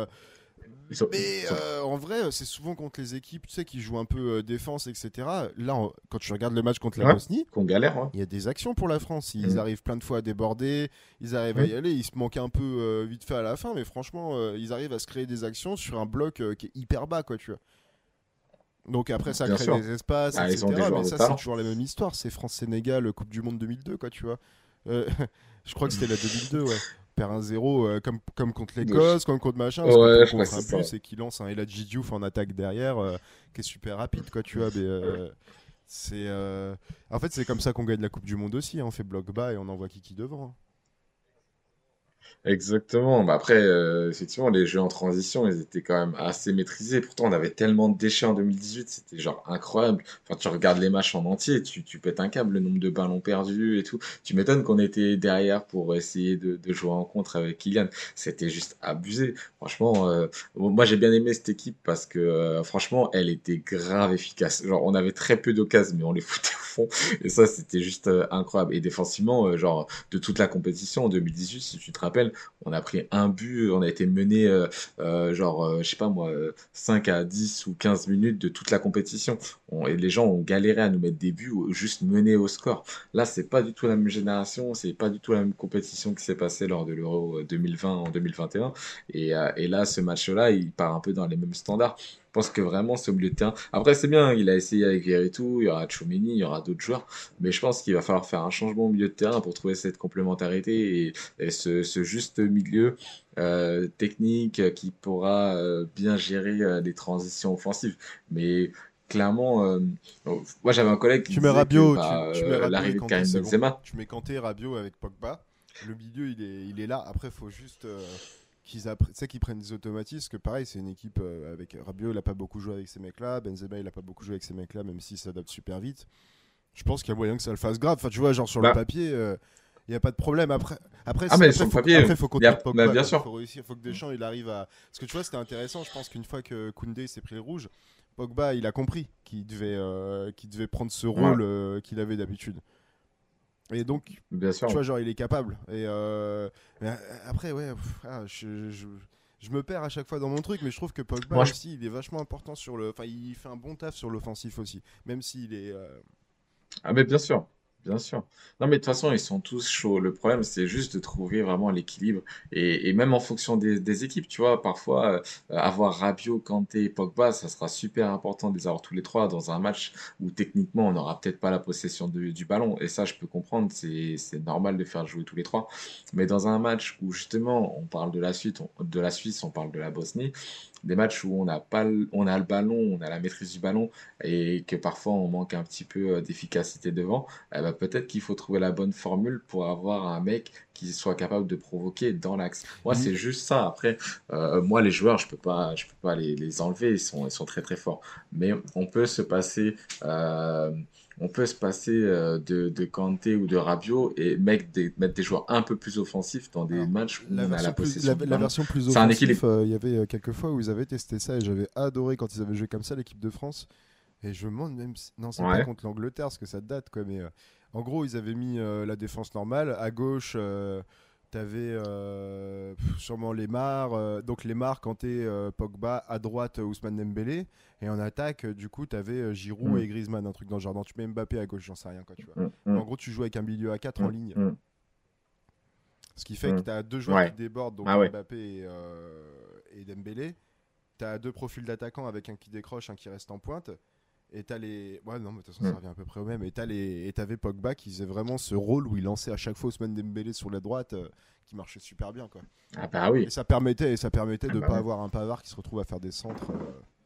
ils sont En vrai, c'est souvent contre les équipes, tu sais, qui jouent un peu défense, etc. Là, quand tu regardes le match contre la ouais, Bosnie, qu'on galère, ouais. il y a des actions pour la France. Ils Mm, arrivent plein de fois à déborder, ils arrivent à y mm, aller. Ils se manquent un peu vite fait à la fin, mais franchement, ils arrivent à se créer des actions sur un bloc qui est hyper bas, quoi, tu vois. Donc après, ça bien crée sûr. des espaces, Ah, ils ont des etc. Mais joueurs de ça, c'est talent. toujours la même histoire. C'est France-Sénégal, Coupe du Monde 2002, quoi, tu vois. Euh, je crois que c'était la 2002, ouais. Perd 1-0, comme contre De- l'Écosse, comme contre machin, parce que Ouais, tombe je crois que contre un c'est ça. bus et qui lance un El Hadji Diouf en attaque derrière, qui est super rapide, quoi, tu vois. C'est, en fait, c'est comme ça qu'on gagne la Coupe du Monde aussi, hein. On fait bloc bas et on envoie Kiki devant, hein. Exactement. Bah après, effectivement, les jeux en transition, ils étaient quand même assez maîtrisés. Pourtant, on avait tellement de déchets en 2018, c'était genre incroyable. Enfin, tu regardes les matchs en entier, tu pètes un câble, le nombre de ballons perdus et tout. Tu m'étonnes qu'on était derrière pour essayer de jouer en contre avec Kylian. C'était juste abusé. Franchement, moi j'ai bien aimé cette équipe parce que franchement, elle était grave efficace. Genre, on avait très peu d'occasions, mais on les foutait au fond. Et ça, c'était juste incroyable. Et défensivement, genre, de toute la compétition en 2018, si tu te rappelles, on a pris un but, on a été mené, je sais pas moi, 5 à 10 ou 15 minutes de toute la compétition. Et les gens ont galéré à nous mettre des buts ou juste menés au score. Là, c'est pas du tout la même génération, c'est pas du tout la même compétition qui s'est passée lors de l'Euro 2020 en 2021. Et là, ce match-là, il part un peu dans les mêmes standards. Je pense que vraiment, c'est au milieu de terrain. Après, c'est bien, il a essayé avec Veretout, il y aura Tchouaméni, il y aura d'autres joueurs. Mais je pense qu'il va falloir faire un changement au milieu de terrain pour trouver cette complémentarité et ce juste milieu technique qui pourra bien gérer les transitions offensives. Mais clairement, moi j'avais un collègue qui Tu mets disait que Rabiot, tu mets Rabiot et l'arrivée de Kanté, Karim c'est bon. Benzema, Tu mets Kanté, Rabiot avec Pogba. Le milieu, il est là. Après, il faut juste tu sais, qu'ils prennent des automatismes. Parce que pareil, c'est une équipe avec Rabiot, il a pas beaucoup joué avec ces mecs-là. Benzema, il a pas beaucoup joué avec ces mecs-là, même s'il s'adapte super vite. Je pense qu'il y a moyen que ça le fasse grave. Enfin, tu vois, genre sur le bah, papier, il n'y a pas de problème. ah mais sur le papier, Après, faut contenir bah, Pogba, bien quoi. sûr. Faut réussir, faut que Deschamps, il arrive à. Parce que tu vois, c'était intéressant. Je pense qu'une fois que Koundé s'est pris le rouge, Pogba, il a compris qu'il devait prendre ce Ouais, rôle qu'il avait d'habitude. Et donc, bien tu sûr. vois, genre, il est capable. Mais après, ouais, je me perds à chaque fois dans mon truc, mais je trouve que Pogba Moi, je aussi, il est vachement important sur le. Enfin, il fait un bon taf sur l'offensif aussi. Même s'il est. Ah mais bien sûr, bien sûr. Non mais de toute façon ils sont tous chauds. Le problème c'est juste de trouver vraiment l'équilibre et même en fonction des équipes, tu vois, parfois avoir Rabiot, Kanté et Pogba, ça sera super important de les avoir tous les trois dans un match où techniquement on n'aura peut-être pas la possession du ballon et ça je peux comprendre, c'est normal de faire jouer tous les trois. Mais dans un match où justement on parle de la Suisse, on parle de la Bosnie, des matchs où on n'a pas on a le ballon, on a la maîtrise du ballon et que parfois on manque un petit peu d'efficacité devant, eh ben, peut-être qu'il faut trouver la bonne formule pour avoir un mec qui soit capable de provoquer dans l'axe. Moi, il- c'est juste ça. Après, moi, les joueurs, je peux pas les enlever. Ils sont très très forts. Mais euh, on peut se passer de Kanté ou de Rabiot et mettre des joueurs un peu plus offensifs dans des Alors, matchs où la on a la version plus, possession du la ballon. version plus C'est un équilibre. offensive, il y avait quelques fois où ils avaient testé ça et j'avais adoré quand ils avaient joué comme ça l'équipe de France. Et je me demande même si... Non, c'est pas Ouais. contre l'Angleterre parce que ça date quoi, mais en gros, ils avaient mis la défense normale. À gauche, t'avais sûrement Lemar, donc Lemar, Kanté, Pogba, à droite Ousmane Dembélé. Et en attaque, du coup, t'avais Giroud Mm, et Griezmann, un truc dans le genre. Non, tu mets Mbappé à gauche, j'en sais rien quoi, tu vois. mm, Mais mm, en gros, tu joues avec un milieu à 4 en mm, ligne. mm, Ce qui fait que mm. tu as deux joueurs qui Ouais. débordent, donc Ah ouais. Mbappé et Dembélé. Tu as deux profils d'attaquants avec un qui décroche, un qui reste en pointe. Et t'as les. Ouais, non, mais de toute façon, ça Mm. revient à peu près au même. Et t'avais Pogba qui faisait vraiment ce rôle où il lançait à chaque fois Ousmane Dembélé sur la droite, qui marchait super bien, quoi. Ah bah oui. Et ça permettait Ah de bah pas oui. avoir un Pavard qui se retrouve à faire des centres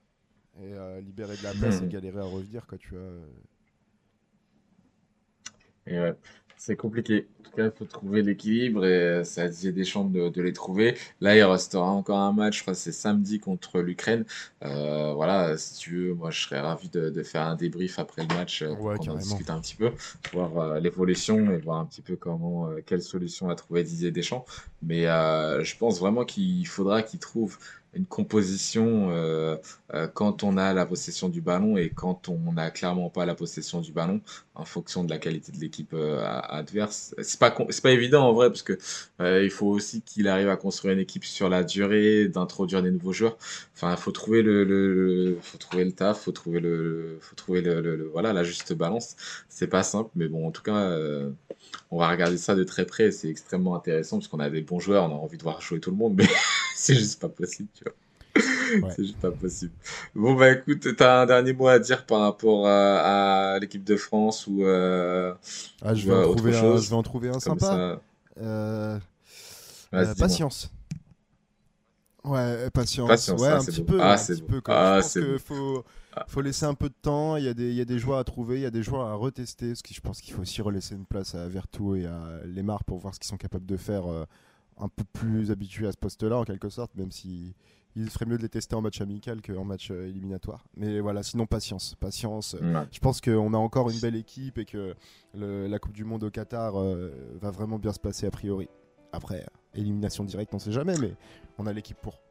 et libérer de la place et Mm. galérer à revenir, quoi, tu vois. Et ouais, c'est compliqué. En tout cas, il faut trouver l'équilibre et c'est à Didier Deschamps de les trouver. Là, il restera encore un match, je crois que c'est samedi contre l'Ukraine. Voilà, si tu veux, moi je serais ravi de faire un débrief après le match pour Ouais, qu'on en carrément. discute un petit peu, voir l'évolution et voir un petit peu comment, quelle solution a trouvé Didier Deschamps. Mais je pense vraiment qu'il faudra qu'il trouve une composition quand on a la possession du ballon et quand on n'a clairement pas la possession du ballon en fonction de la qualité de l'équipe adverse. C'est pas évident en vrai parce que il faut aussi qu'il arrive à construire une équipe sur la durée, d'introduire des nouveaux joueurs. Enfin, il faut trouver faut trouver le taf, faut trouver voilà, la juste balance. C'est pas simple, mais bon, en tout cas, on va regarder ça de très près. C'est extrêmement intéressant parce qu'on a des bons joueurs, on a envie de voir jouer tout le monde, mais c'est juste pas possible, tu vois. Ouais. C'est juste pas possible. Bon, bah écoute, t'as un dernier mot à dire par rapport à l'équipe de France Ah, ou à autre je vais chose? en trouver un Comme sympa. ça, Euh, vas-y, dis-moi. Patience. Ouais, patience. Patience, Ouais, ah, c'est beau. Ah, un c'est petit beau. peu quand même. Je Ah, pense c'est que beau. Ah, faut laisser un peu de temps. Il y a des joueurs à trouver, il y a des joueurs à retester. Parce que je pense qu'il faut aussi relaisser une place à Vertou et à Lemar pour voir ce qu'ils sont capables de faire un peu plus habitués à ce poste-là, en quelque sorte, même si il ferait mieux de les tester en match amical qu'en match éliminatoire. Mais voilà, sinon patience. Patience. ouais. Je pense qu'on a encore une belle équipe et que la Coupe du Monde au Qatar va vraiment bien se passer a priori. Après, élimination directe, on sait jamais, mais on a l'équipe pour.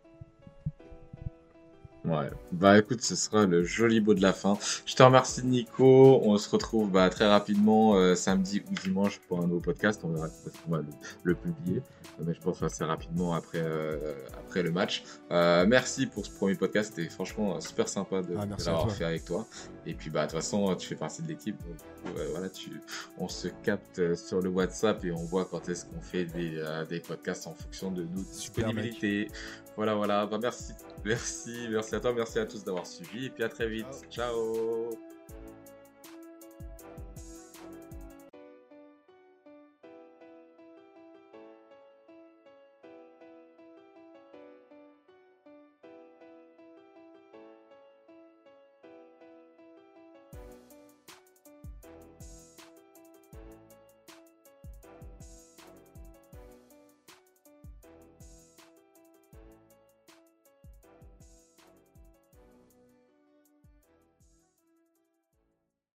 Ouais, bah écoute, ce sera le joli mot de la fin. Je te remercie Nico, on se retrouve très rapidement samedi ou dimanche pour un nouveau podcast, on verra quand est-ce qu'on va le publier, mais je pense assez rapidement après le match. Merci pour ce premier podcast, c'était franchement super sympa Ah, de merci à l'avoir toi. fait avec toi. Et puis bah de toute façon, tu fais partie de l'équipe, donc du coup, voilà, on se capte sur le WhatsApp et on voit quand est-ce qu'on fait des podcasts en fonction de nos Super, mec. disponibilités. Voilà, voilà, bah merci. Merci à toi, merci à tous d'avoir suivi et puis à très vite. Ciao. Ciao!